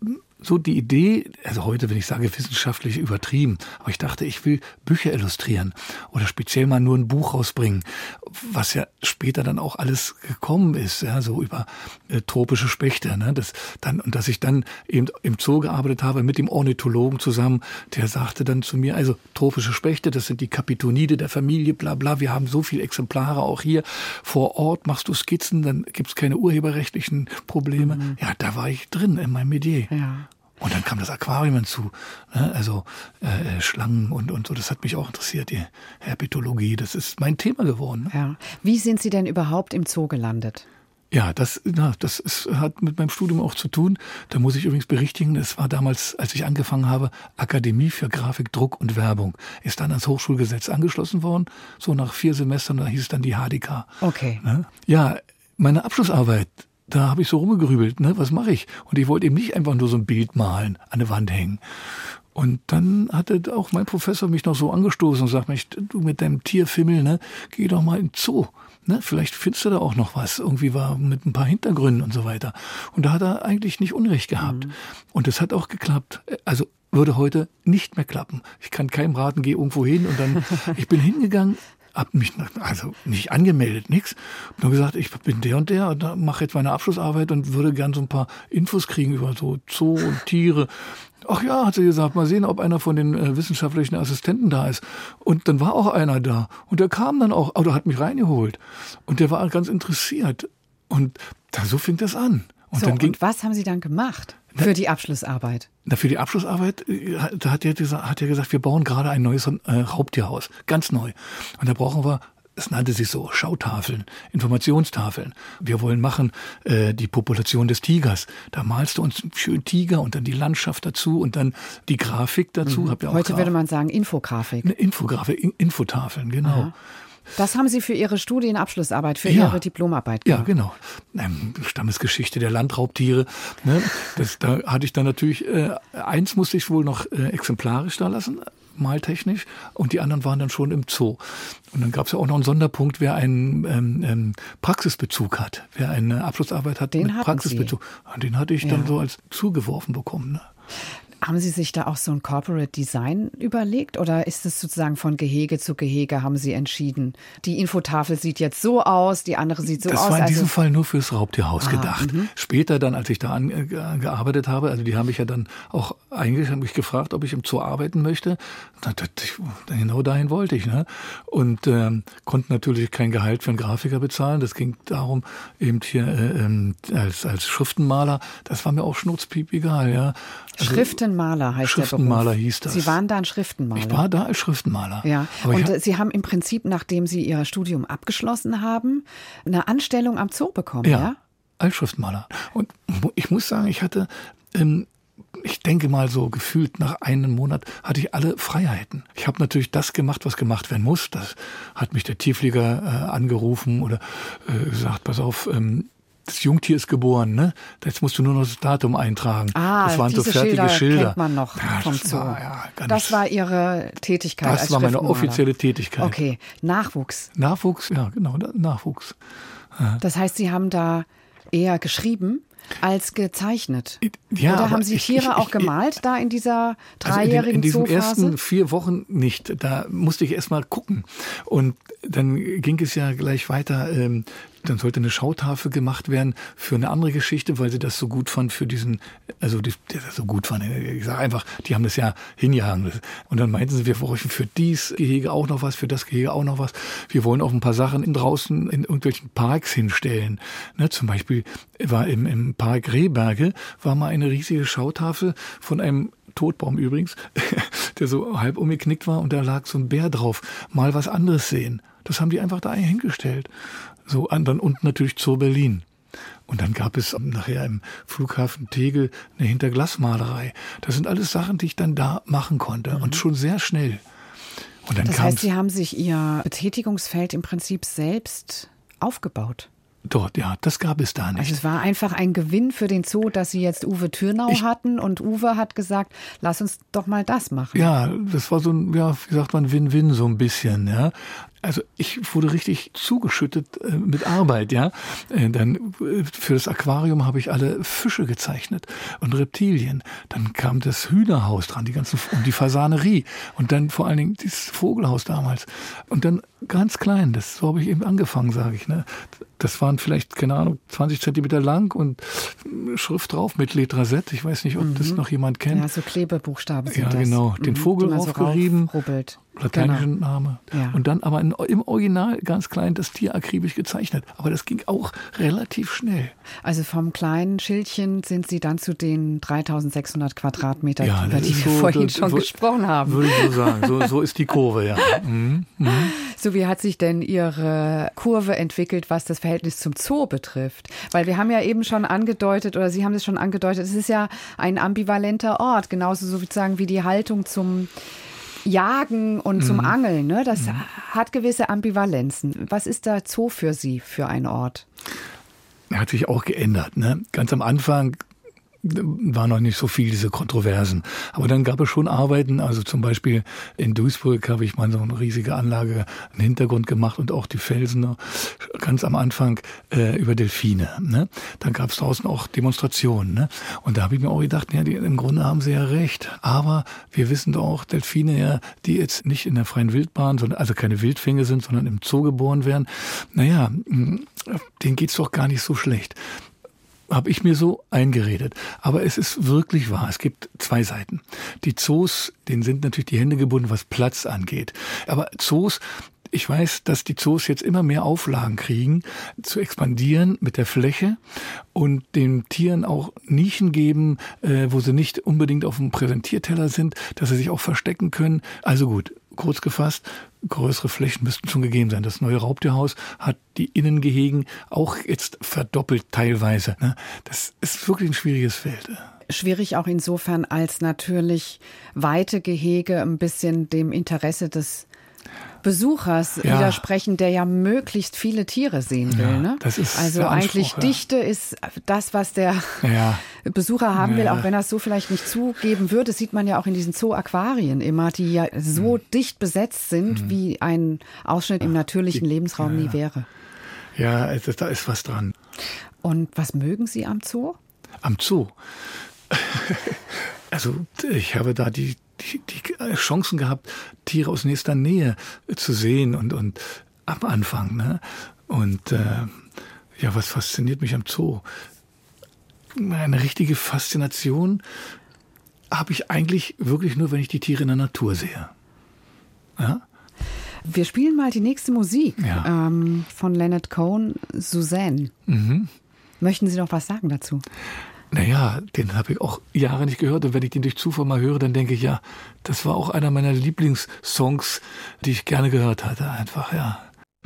so die Idee, also heute, wenn ich sage, wissenschaftlich übertrieben, aber ich dachte, ich will Bücher illustrieren oder speziell mal nur ein Buch rausbringen, was ja später dann auch alles gekommen ist, ja, so über äh, tropische Spechte, ne, das dann, und dass ich dann eben im Zoo gearbeitet habe mit dem Ornithologen zusammen, der sagte dann zu mir, also tropische Spechte, das sind die Kapitonide der Familie, bla bla, wir haben so viele Exemplare auch hier vor Ort, machst du Skizzen, dann gibt's keine urheberrechtlichen Probleme. Mhm. Ja, da war ich drin in meinem Metier. Ja. Und dann kam das Aquarium hinzu, ne? also äh, Schlangen und, und so, das hat mich auch interessiert, die Herpetologie, das ist mein Thema geworden. Ne? Ja. Wie sind Sie denn überhaupt im Zoo gelandet? Ja, das, na, das ist, hat mit meinem Studium auch zu tun. Da muss ich übrigens berichtigen, es war damals, als ich angefangen habe, Akademie für Grafik, Druck und Werbung. Ist dann ans Hochschulgesetz angeschlossen worden, so nach vier Semestern, da hieß es dann die H D K. Okay. Ne? Ja, meine Abschlussarbeit, da habe ich so rumgegrübelt, ne, was mache ich? Und ich wollte eben nicht einfach nur so ein Bild malen, an der Wand hängen. Und dann hatte auch mein Professor mich noch so angestoßen und sagt, Mensch, du mit deinem Tierfimmel, ne, geh doch mal in den Zoo. Ne, vielleicht findest du da auch noch was. Irgendwie war mit ein paar Hintergründen und so weiter. Und da hat er eigentlich nicht Unrecht gehabt. Mhm. Und das hat auch geklappt. Also würde heute nicht mehr klappen. Ich kann keinem raten, geh irgendwo hin und dann, ich bin hingegangen, hab mich also nicht angemeldet, nix. Hab nur gesagt, ich bin der und der und mache jetzt meine Abschlussarbeit und würde gern so ein paar Infos kriegen über so Zoo und Tiere. Ach ja, hat sie gesagt, mal sehen, ob einer von den äh, wissenschaftlichen Assistenten da ist. Und dann war auch einer da. Und der kam dann auch, oder hat mich reingeholt. Und der war ganz interessiert. Und da, so fing das an. Und, so, dann ging, und was haben Sie dann gemacht für die Abschlussarbeit? Na, für die Abschlussarbeit, da hat er gesagt, hat er gesagt, wir bauen gerade ein neues äh, Raubtierhaus, ganz neu. Und da brauchen wir, es nannte sich so, Schautafeln, Informationstafeln. Wir wollen machen äh, die Population des Tigers. Da malst du uns einen schönen Tiger und dann die Landschaft dazu und dann die Grafik dazu. Mhm. Hab ja auch Heute Graf- würde man sagen Infografik. Eine Infografik, In- Infotafeln, genau. Aha. Das haben Sie für Ihre Studienabschlussarbeit, für Ja. Ihre Diplomarbeit gemacht? Ja, genau. Ähm, Stammesgeschichte der Landraubtiere. Ne? Das, da hatte ich dann natürlich, äh, eins musste ich wohl noch äh, exemplarisch da lassen, maltechnisch, und die anderen waren dann schon im Zoo. Und dann gab es ja auch noch einen Sonderpunkt, wer einen ähm, ähm, Praxisbezug hat, wer eine Abschlussarbeit hat Den mit hatten Praxisbezug. Den hatte ich Ja. dann so als zugeworfen bekommen. Ne? Haben Sie sich da auch so ein Corporate Design überlegt oder ist es sozusagen von Gehege zu Gehege, haben Sie entschieden? Die Infotafel sieht jetzt so aus, die andere sieht so das aus. war in also diesem Fall nur fürs Raubtierhaus Ah, gedacht. mhm. Später dann, als ich da an, äh, gearbeitet habe, also die haben mich ja dann auch eigentlich haben mich gefragt, ob ich im Zoo arbeiten möchte. Das, das, genau dahin wollte ich. Ne? Und ähm, konnte natürlich kein Gehalt für einen Grafiker bezahlen. Das ging darum, eben hier äh, ähm, als, als Schriftenmaler, das war mir auch schnurzpiep egal. Ja? Also, Schriftenmaler heißt Schriftenmaler der Beruf. hieß das. Sie waren da ein Schriftenmaler. Ich war da als Schriftenmaler. Ja, Aber und ich, äh, Sie haben im Prinzip, nachdem Sie Ihr Studium abgeschlossen haben, eine Anstellung am Zoo bekommen, ja? Ja, als Schriftmaler. Und ich muss sagen, ich hatte, ähm, ich denke mal so gefühlt nach einem Monat hatte ich alle Freiheiten. Ich habe natürlich das gemacht, was gemacht werden muss. Das hat mich der Tierpfleger äh, angerufen oder äh, gesagt, pass auf, ähm, das Jungtier ist geboren, ne? Jetzt musst du nur noch das Datum eintragen. Ah, das waren diese so fertige Schilder, Schilder. kennt man noch Ja, vom das Zoo. War, ja, ganz, das war Ihre Tätigkeit das als war meine Schriftenmaler. offizielle Tätigkeit. Okay, Nachwuchs. Nachwuchs, ja genau, Nachwuchs. Das heißt, Sie haben da eher geschrieben als gezeichnet. Ja, Oder aber haben Sie ich- Tiere ich- auch ich- gemalt da in dieser Also in, den, dreijährigen in diesen Zoophase? ersten vier Wochen nicht. Da musste ich erst mal gucken. Und dann ging es ja gleich weiter. Ähm, dann sollte eine Schautafel gemacht werden für eine andere Geschichte, weil sie das so gut fand für diesen, also die, die das so gut fand. Ich sage einfach, die haben das ja hingehangen. Und dann meinten sie, wir bräuchten für dies Gehege auch noch was, für das Gehege auch noch was. Wir wollen auch ein paar Sachen in draußen in irgendwelchen Parks hinstellen. Ne, zum Beispiel war im, im Park Rehberge war mal eine riesige Schautafel von einem Totbaum übrigens, der so halb umgeknickt war und da lag so ein Bär drauf. Mal was anderes sehen. Das haben die einfach da hingestellt. So, und dann unten natürlich Zoo Berlin. Und dann gab es nachher im Flughafen Tegel eine Hinterglasmalerei. Das sind alles Sachen, die ich dann da machen konnte. Und schon sehr schnell. Und dann Das kam's heißt, Sie haben sich Ihr Betätigungsfeld im Prinzip selbst aufgebaut. dort, ja, das gab es da nicht. Also es war einfach ein Gewinn für den Zoo, dass Sie jetzt Uwe Thürnau Ich- hatten und Uwe hat gesagt, lass uns doch mal das machen. Ja, das war so ein, ja, wie sagt man, Win-Win so ein bisschen, ja. Also ich wurde richtig zugeschüttet äh, mit Arbeit, ja. Äh, dann äh, für das Aquarium habe ich alle Fische gezeichnet und Reptilien. Dann kam das Hühnerhaus dran, die ganzen und die Fasanerie und dann vor allen Dingen das Vogelhaus damals. Und dann ganz klein, das so habe ich eben angefangen, sage ich, ne. Das waren vielleicht, keine Ahnung, zwanzig Zentimeter lang und Schrift drauf mit Letraset. Ich weiß nicht, ob das noch jemand kennt. Ja, so Klebebuchstaben sind Ja, das. genau. Den Mhm, Vogel die man so aufgerieben. raufrubbelt. Lateinischen Genau. Name. Ja. Und dann aber in, im Original ganz klein das Tier akribisch gezeichnet. Aber das ging auch relativ schnell. Also vom kleinen Schildchen sind Sie dann zu den dreitausendsechshundert Quadratmeter, Ja, über das die ist wir so, vorhin das schon wür- gesprochen haben. Würde ich so sagen. So, so ist die Kurve, ja. Mhm. Mhm. So, wie hat sich denn Ihre Kurve entwickelt, was das Verhältnis zum Zoo betrifft? Weil wir haben ja eben schon angedeutet, oder Sie haben es schon angedeutet, es ist ja ein ambivalenter Ort, genauso sozusagen wie die Haltung zum Jagen und zum Angeln. Ne? Das hat gewisse Ambivalenzen. Was ist der Zoo für Sie, für ein Ort? Hat sich auch geändert. Ne? Ganz am Anfang war noch nicht so viel diese Kontroversen. Aber dann gab es schon Arbeiten, also zum Beispiel in Duisburg habe ich mal so eine riesige Anlage, einen Hintergrund gemacht und auch die Felsen ganz am Anfang äh, über Delfine. Ne? Dann gab es draußen auch Demonstrationen. Ne? Und da habe ich mir auch gedacht, ja, die, im Grunde haben sie ja recht. Aber wir wissen doch auch, Delfine ja, die jetzt nicht in der freien Wildbahn, sondern also keine Wildfänge sind, sondern im Zoo geboren werden, naja, denen geht's doch gar nicht so schlecht. Habe ich mir so eingeredet. Aber es ist wirklich wahr. Es gibt zwei Seiten. Die Zoos, denen sind natürlich die Hände gebunden, was Platz angeht. Aber Zoos, ich weiß, dass die Zoos jetzt immer mehr Auflagen kriegen, zu expandieren mit der Fläche und den Tieren auch Nischen geben, äh, wo sie nicht unbedingt auf dem Präsentierteller sind, dass sie sich auch verstecken können. Also gut, kurz gefasst, größere Flächen müssten schon gegeben sein. Das neue Raubtierhaus hat die Innengehegen auch jetzt verdoppelt teilweise. Das ist wirklich ein schwieriges Feld. Schwierig auch insofern, als natürlich weite Gehege ein bisschen dem Interesse des Besuchers ja. widersprechen, der ja möglichst viele Tiere sehen will. Ja, Ne? das ist also der Anspruch, eigentlich ja. Dichte ist das, was der ja. Besucher haben will, ja. auch wenn er es so vielleicht nicht zugeben würde. Das sieht man ja auch in diesen Zoo-Aquarien immer, die ja so hm. dicht besetzt sind, hm. wie ein Ausschnitt im natürlichen die, Lebensraum ja. nie wäre. Ja, also da ist was dran. Und was mögen Sie am Zoo? Am Zoo? Also ich habe da die, die, die Chancen gehabt, Tiere aus nächster Nähe zu sehen und, und am Anfang. Ne? Und äh, ja, was fasziniert mich am Zoo? Eine richtige Faszination habe ich eigentlich wirklich nur, wenn ich die Tiere in der Natur sehe. Ja? Wir spielen mal die nächste Musik ja. ähm, von Leonard Cohen, Suzanne. Mhm. Möchten Sie noch was sagen dazu? Naja, den habe ich auch Jahre nicht gehört. Und wenn ich den durch Zufall mal höre, dann denke ich, ja, das war auch einer meiner Lieblingssongs, die ich gerne gehört hatte. Einfach, ja.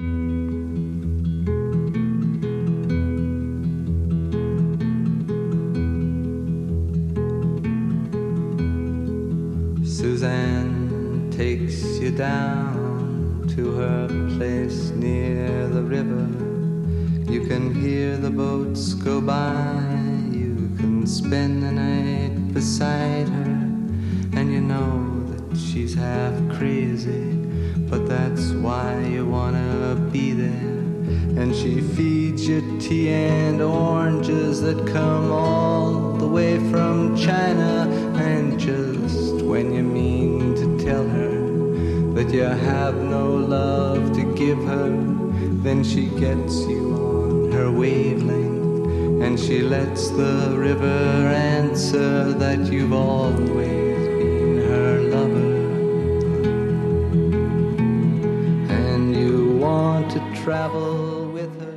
Suzanne takes you down to her place near the river. You can hear the boats go by. You can spend the night beside her. And you know that she's half crazy, but that's why you wanna be there. And she feeds you tea and oranges that come all the way from China. And just when you mean to tell her that you have no love to give her, then she gets you on her wavelength, and she lets the river answer that you've always been her lover. And you want to travel with her.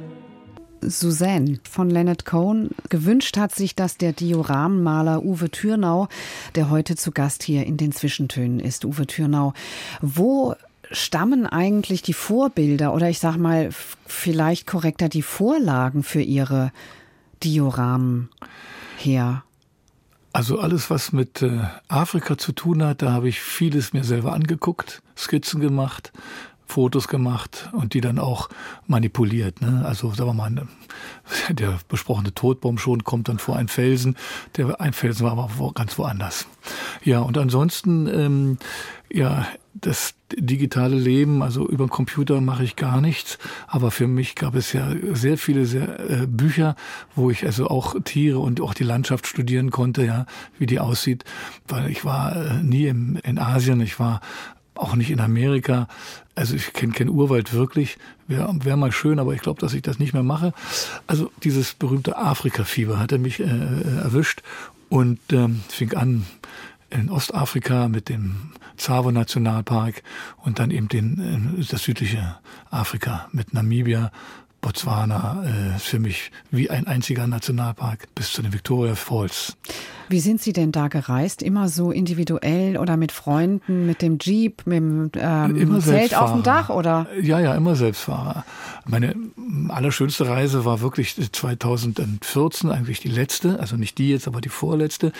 Suzanne von Leonard Cohen. Gewünscht hat sich das der Dioramenmaler Uwe Thürnau, der heute zu Gast hier in den Zwischentönen ist. Uwe Thürnau, wo stammen eigentlich die Vorbilder oder ich sag mal vielleicht korrekter die Vorlagen für Ihre Dioramen her? Also alles, was mit äh, Afrika zu tun hat, da habe ich vieles mir selber angeguckt, Skizzen gemacht, Fotos gemacht und die dann auch manipuliert. Ne? Also sagen wir mal, der besprochene Todbaum schon kommt dann vor ein Felsen. Der ein Felsen war aber wo, ganz woanders. Ja, und ansonsten, ähm, ja, das digitale Leben, also über den Computer mache ich gar nichts. Aber für mich gab es ja sehr viele sehr, äh, Bücher, wo ich also auch Tiere und auch die Landschaft studieren konnte, ja, wie die aussieht. Weil ich war äh, nie im, in Asien, ich war auch nicht in Amerika. Also ich kenne keinen Urwald wirklich. Wäre wär mal schön, aber ich glaube, dass ich das nicht mehr mache. Also dieses berühmte Afrika-Fieber hatte mich äh, erwischt und ähm, fing an in Ostafrika mit dem Tsavo-Nationalpark und dann eben den, äh, das südliche Afrika mit Namibia, Botswana, äh, für mich wie ein einziger Nationalpark bis zu den Victoria Falls. Wie sind Sie denn da gereist? Immer so individuell oder mit Freunden, mit dem Jeep, mit dem ähm, Zelt auf dem Dach? Oder? Ja, ja, immer Selbstfahrer. Meine allerschönste Reise war wirklich zweitausendvierzehn, eigentlich die letzte, also nicht die jetzt, aber die vorletzte.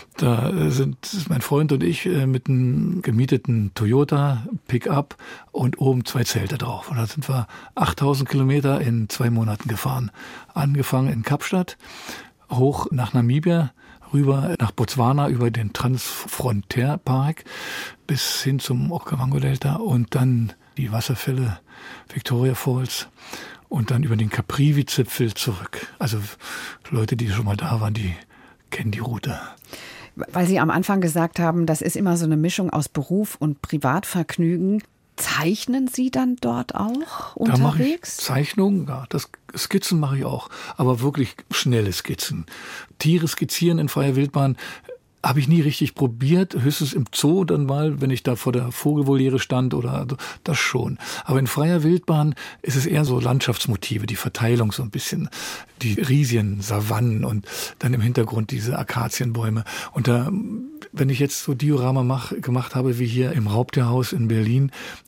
Da sind mein Freund und ich mit einem gemieteten Toyota Pickup und oben zwei Zelte drauf. Und da sind wir achttausend Kilometer in zwei Monaten gefahren. Angefangen in Kapstadt, hoch nach Namibia, rüber nach Botswana über den Transfrontier-Park bis hin zum Okavango-Delta und dann die Wasserfälle Victoria Falls und dann über den Caprivi-Zipfel zurück. Also Leute, die schon mal da waren, die kennen die Route. Weil Sie am Anfang gesagt haben, das ist immer so eine Mischung aus Beruf und Privatvergnügen. Zeichnen Sie dann dort auch unterwegs? Da mache ich Zeichnungen, ja, das Skizzen mache ich auch, aber wirklich schnelle Skizzen. Tiere skizzieren in freier Wildbahn habe ich nie richtig probiert, höchstens im Zoo dann mal, wenn ich da vor der Vogelvoliere stand oder das schon. Aber in freier Wildbahn ist es eher so Landschaftsmotive, die Verteilung so ein bisschen, die riesigen Savannen und dann im Hintergrund diese Akazienbäume. Und da, wenn ich jetzt so Diorama mach, gemacht habe wie hier im Raubtierhaus in Berlin, also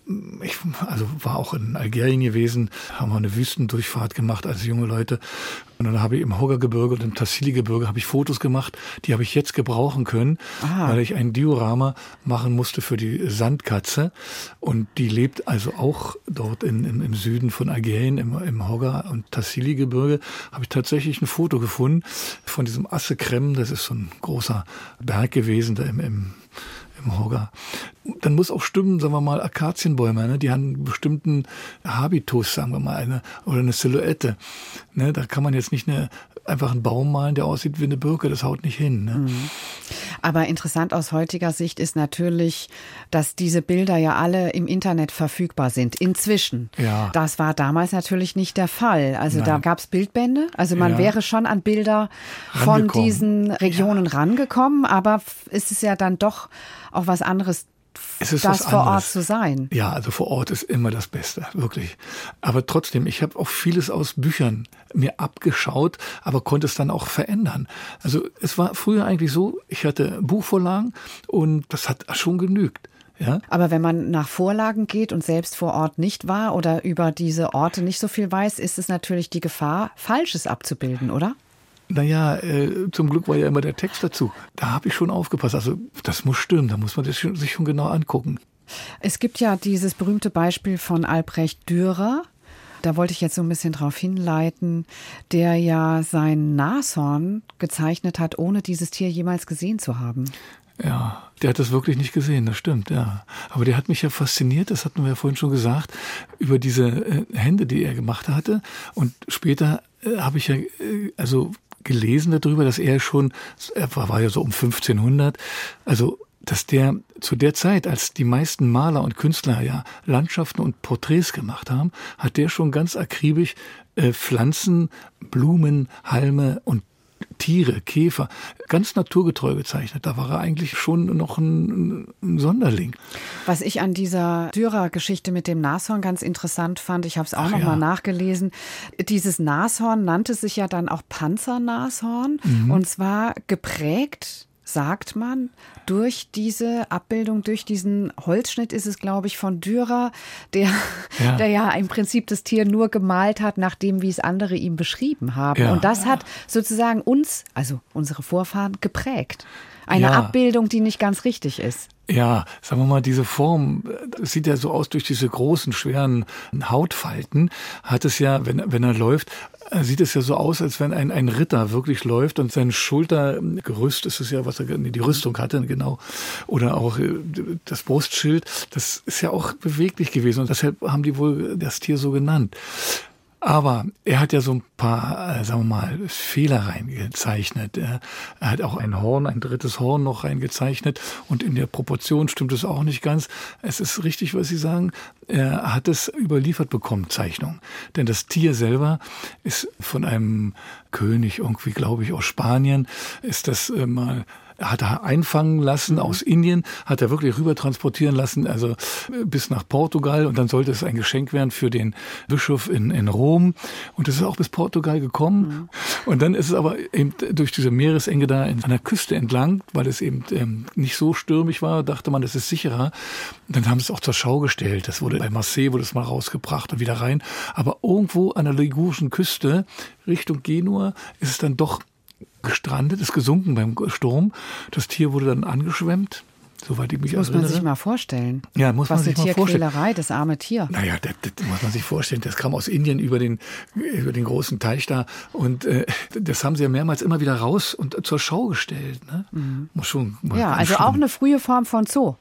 ich also war auch in Algerien gewesen, haben wir eine Wüstendurchfahrt gemacht als junge Leute. Und dann habe ich im Hoggar-Gebirge und im Tassili-Gebirge habe ich Fotos gemacht, die habe ich jetzt gebrauchen können, Aha. weil ich ein Diorama machen musste für die Sandkatze. Und die lebt also auch dort in, im, im Süden von Algerien, im, im Hoggar- und Tassili-Gebirge. Habe ich tatsächlich ein Foto gefunden von diesem Asse-Krem, das ist so ein großer Berg gewesen, da im, im im Hoggar. Dann muss auch stimmen, sagen wir mal, Akazienbäume, ne? Die haben einen bestimmten Habitus, sagen wir mal, eine, oder eine Silhouette. Ne? Da kann man jetzt nicht eine, einfach einen Baum malen, der aussieht wie eine Birke, das haut nicht hin. Ne? Mhm. Aber interessant aus heutiger Sicht ist natürlich, dass diese Bilder ja alle im Internet verfügbar sind, inzwischen. Ja. Das war damals natürlich nicht der Fall. Also Nein. da gab es Bildbände, also man ja. wäre schon an Bilder von diesen Regionen ja. rangekommen, aber es ist ja dann doch auch was anderes, es ist das was vor anderes. Ort zu sein. Ja, also vor Ort ist immer das Beste, wirklich. Aber trotzdem, ich habe auch vieles aus Büchern mir abgeschaut, aber konnte es dann auch verändern. Also es war früher eigentlich so, ich hatte Buchvorlagen und das hat schon genügt. Ja? Aber wenn man nach Vorlagen geht und selbst vor Ort nicht war oder über diese Orte nicht so viel weiß, ist es natürlich die Gefahr, Falsches abzubilden, oder? Naja, äh, zum Glück war ja immer der Text dazu. Da habe ich schon aufgepasst. Also das muss stimmen, da muss man das schon, sich schon genau angucken. Es gibt ja dieses berühmte Beispiel von Albrecht Dürer. Da wollte ich jetzt so ein bisschen drauf hinleiten, der ja sein Nashorn gezeichnet hat, ohne dieses Tier jemals gesehen zu haben. Ja, der hat das wirklich nicht gesehen, das stimmt, ja. Aber der hat mich ja fasziniert, das hatten wir ja vorhin schon gesagt, über diese äh, Hände, die er gemacht hatte. Und später äh, habe ich ja äh, also gelesen darüber, dass er schon, er war, war ja so um fünfzehnhundert, also dass der zu der Zeit, als die meisten Maler und Künstler ja Landschaften und Porträts gemacht haben, hat der schon ganz akribisch äh, Pflanzen, Blumen, Halme und Tiere, Käfer, ganz naturgetreu gezeichnet. Da war er eigentlich schon noch ein, ein Sonderling. Was ich an dieser Dürer-Geschichte mit dem Nashorn ganz interessant fand, ich habe es auch noch ja. mal nachgelesen, dieses Nashorn nannte sich ja dann auch Panzernashorn mhm. und zwar geprägt, sagt man, durch diese Abbildung, durch diesen Holzschnitt ist es, glaube ich, von Dürer, der ja. der ja im Prinzip das Tier nur gemalt hat, nach dem, wie es andere ihm beschrieben haben. Ja. Und das hat sozusagen uns, also unsere Vorfahren, geprägt. Eine ja. Abbildung, die nicht ganz richtig ist. Ja, sagen wir mal, diese Form, es sieht ja so aus durch diese großen, schweren Hautfalten, hat es ja, wenn, wenn er läuft, sieht es ja so aus, als wenn ein, ein Ritter wirklich läuft und sein Schultergerüst, ist es ja, was er, die Rüstung hatte, genau, oder auch das Brustschild, das ist ja auch beweglich gewesen und deshalb haben die wohl das Tier so genannt. Aber er hat ja so ein paar, äh, sagen wir mal, Fehler reingezeichnet. Er, er hat auch ein Horn, ein drittes Horn noch reingezeichnet und in der Proportion stimmt es auch nicht ganz. Es ist richtig, was Sie sagen. Er hat es überliefert bekommen, Zeichnung. Denn das Tier selber ist von einem König irgendwie, glaube ich, aus Spanien, ist das äh, mal... hat er einfangen lassen aus Indien, hat er wirklich rüber transportieren lassen, also bis nach Portugal und dann sollte es ein Geschenk werden für den Bischof in, in Rom und es ist auch bis Portugal gekommen mhm. und dann ist es aber eben durch diese Meeresenge da an der Küste entlang, weil es eben ähm, nicht so stürmisch war, dachte man, das ist sicherer. Und dann haben sie es auch zur Schau gestellt, das wurde bei Marseille wurde es mal rausgebracht und wieder rein, aber irgendwo an der ligurischen Küste Richtung Genua ist es dann doch gestrandet, ist gesunken beim Sturm. Das Tier wurde dann angeschwemmt, soweit ich mich das muss erinnere. Man sich mal vorstellen. Ja, muss Was man sich eine mal vorstellen. Tierquälerei, das arme Tier. Naja, das, das muss man sich vorstellen. Das kam aus Indien über den, über den großen Teich da und äh, das haben sie ja mehrmals immer wieder raus und zur Schau gestellt. Ne? Mhm. Muss schon, muss ja, also schlimm. Auch eine frühe Form von Zoo.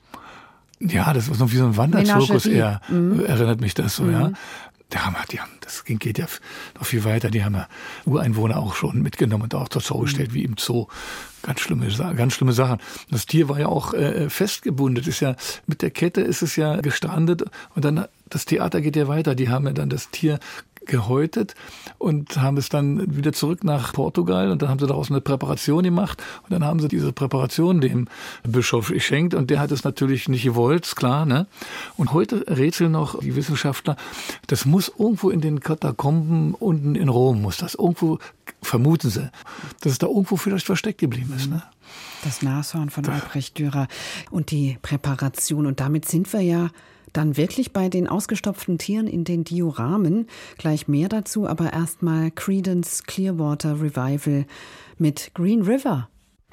Ja, das war so wie so ein Wanderzirkus eher, mhm. erinnert mich das so, mhm. ja. Der haben, die haben, das geht ja noch viel weiter. Die haben ja Ureinwohner auch schon mitgenommen und auch zur Schau gestellt, mhm. wie im Zoo. Ganz schlimme, ganz schlimme Sachen. Das Tier war ja auch äh, festgebunden. Ist ja, mit der Kette ist es ja gestrandet. Und dann, das Theater geht ja weiter. Die haben ja dann das Tier gehäutet und haben es dann wieder zurück nach Portugal und dann haben sie daraus eine Präparation gemacht und dann haben sie diese Präparation dem Bischof geschenkt und der hat es natürlich nicht gewollt, ist klar, ne? Und heute rätseln noch die Wissenschaftler, das muss irgendwo in den Katakomben unten in Rom, muss das irgendwo, vermuten sie, dass es da irgendwo vielleicht versteckt geblieben ist, ne? Das Nashorn von Albrecht Dürer und die Präparation und damit sind wir ja dann wirklich bei den ausgestopften Tieren in den Dioramen. Gleich mehr dazu, aber erstmal Creedence Clearwater Revival mit Green River.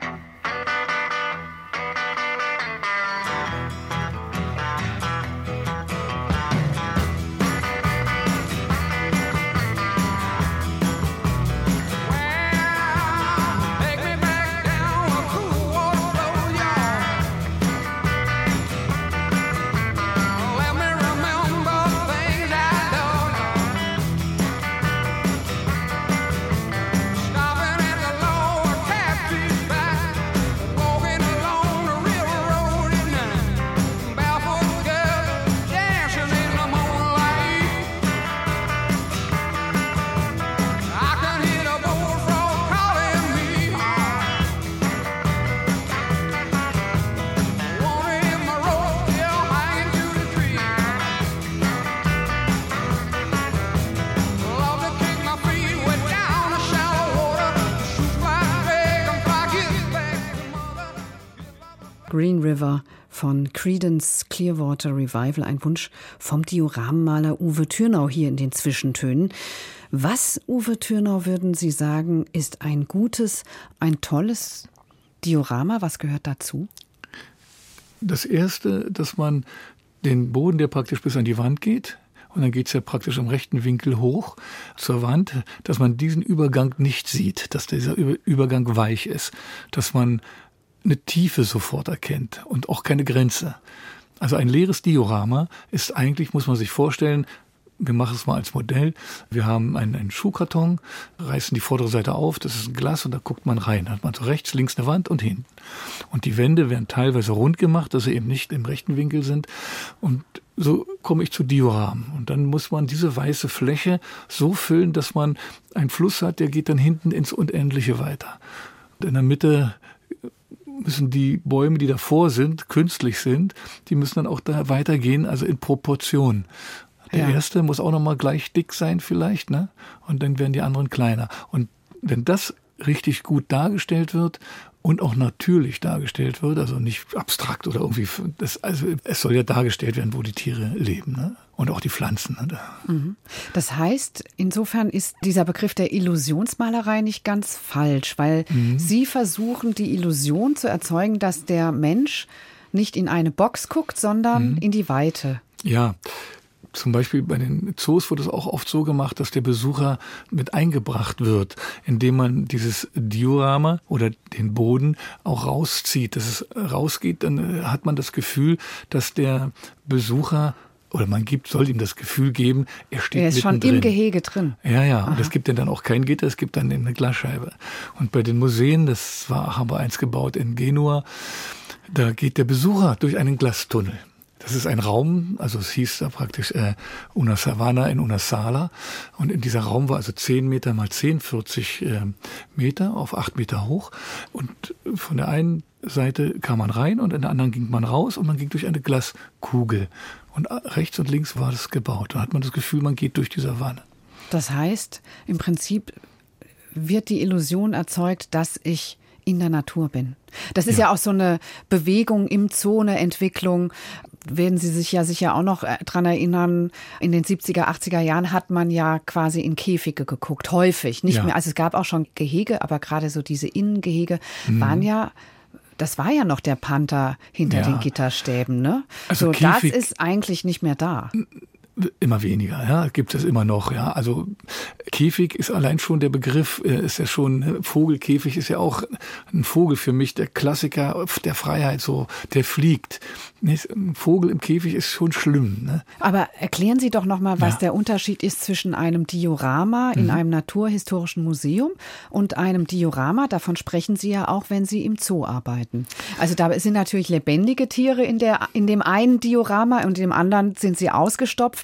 Green River von Creedence Clearwater Revival, ein Wunsch vom Diorammaler Uwe Thürnau hier in den Zwischentönen. Was, Uwe Thürnau, würden Sie sagen, ist ein gutes, ein tolles Diorama? Was gehört dazu? Das Erste, dass man den Boden, der praktisch bis an die Wand geht, und dann geht es ja praktisch im rechten Winkel hoch zur Wand, dass man diesen Übergang nicht sieht, dass dieser Übergang weich ist, dass man eine Tiefe sofort erkennt und auch keine Grenze. Also ein leeres Diorama ist eigentlich, muss man sich vorstellen, wir machen es mal als Modell, wir haben einen, einen Schuhkarton, reißen die vordere Seite auf, das ist ein Glas und da guckt man rein. Da hat man so rechts, links eine Wand und hinten. Und die Wände werden teilweise rund gemacht, dass sie eben nicht im rechten Winkel sind. Und so komme ich zu Dioramen. Und dann muss man diese weiße Fläche so füllen, dass man einen Fluss hat, der geht dann hinten ins Unendliche weiter. Und in der Mitte müssen die Bäume, die davor sind, künstlich sind, die müssen dann auch da weitergehen, also in Proportion. Der ja. erste muss auch nochmal gleich dick sein vielleicht, ne? Und dann werden die anderen kleiner. Und wenn das richtig gut dargestellt wird und auch natürlich dargestellt wird, also nicht abstrakt oder irgendwie, das, also es soll ja dargestellt werden, wo die Tiere leben, ne? Und auch die Pflanzen. Ne? Das heißt, insofern ist dieser Begriff der Illusionsmalerei nicht ganz falsch, weil mhm. Sie versuchen, die Illusion zu erzeugen, dass der Mensch nicht in eine Box guckt, sondern mhm. in die Weite. Ja, zum Beispiel bei den Zoos wird es auch oft so gemacht, dass der Besucher mit eingebracht wird, indem man dieses Diorama oder den Boden auch rauszieht. Dass es rausgeht, dann hat man das Gefühl, dass der Besucher oder man gibt, soll ihm das Gefühl geben, er steht mittendrin. Er ist schon im Gehege drin. Ja, ja. Aha. Und es gibt dann auch kein Gitter, es gibt dann eine Glasscheibe. Und bei den Museen, das war, haben wir eins gebaut in Genua, da geht der Besucher durch einen Glastunnel. Das ist ein Raum, also es hieß da praktisch äh, Una Savana in Una Sala. Und in dieser Raum war also zehn Meter mal zehn, vierzig äh, Meter auf acht Meter hoch. Und von der einen Seite kam man rein und in der anderen ging man raus und man ging durch eine Glaskugel. Und rechts und links war das gebaut. Da hat man das Gefühl, man geht durch die Savanne. Das heißt, im Prinzip wird die Illusion erzeugt, dass ich in der Natur bin. Das ist ja, ja auch so eine Bewegung im Zoo, eine Entwicklung. Werden Sie sich ja sicher auch noch dran erinnern, in den siebziger, achtziger Jahren hat man ja quasi in Käfige geguckt, häufig. Nicht ja. mehr, also es gab auch schon Gehege, aber gerade so diese Innengehege mhm. waren ja, das war ja noch der Panther hinter ja. den Gitterstäben, ne? Also so, Käfig, das ist eigentlich nicht mehr da. Immer weniger, ja, gibt es immer noch, ja. Also Käfig ist allein schon der Begriff, ist ja schon, Vogelkäfig ist ja auch ein Vogel für mich, der Klassiker der Freiheit, so, der fliegt. Ein Vogel im Käfig ist schon schlimm, ne? Aber erklären Sie doch nochmal, was ja. der Unterschied ist zwischen einem Diorama in mhm. einem naturhistorischen Museum und einem Diorama, davon sprechen Sie ja auch, wenn Sie im Zoo arbeiten. Also da sind natürlich lebendige Tiere in der, in dem einen Diorama und in dem anderen sind sie ausgestopft.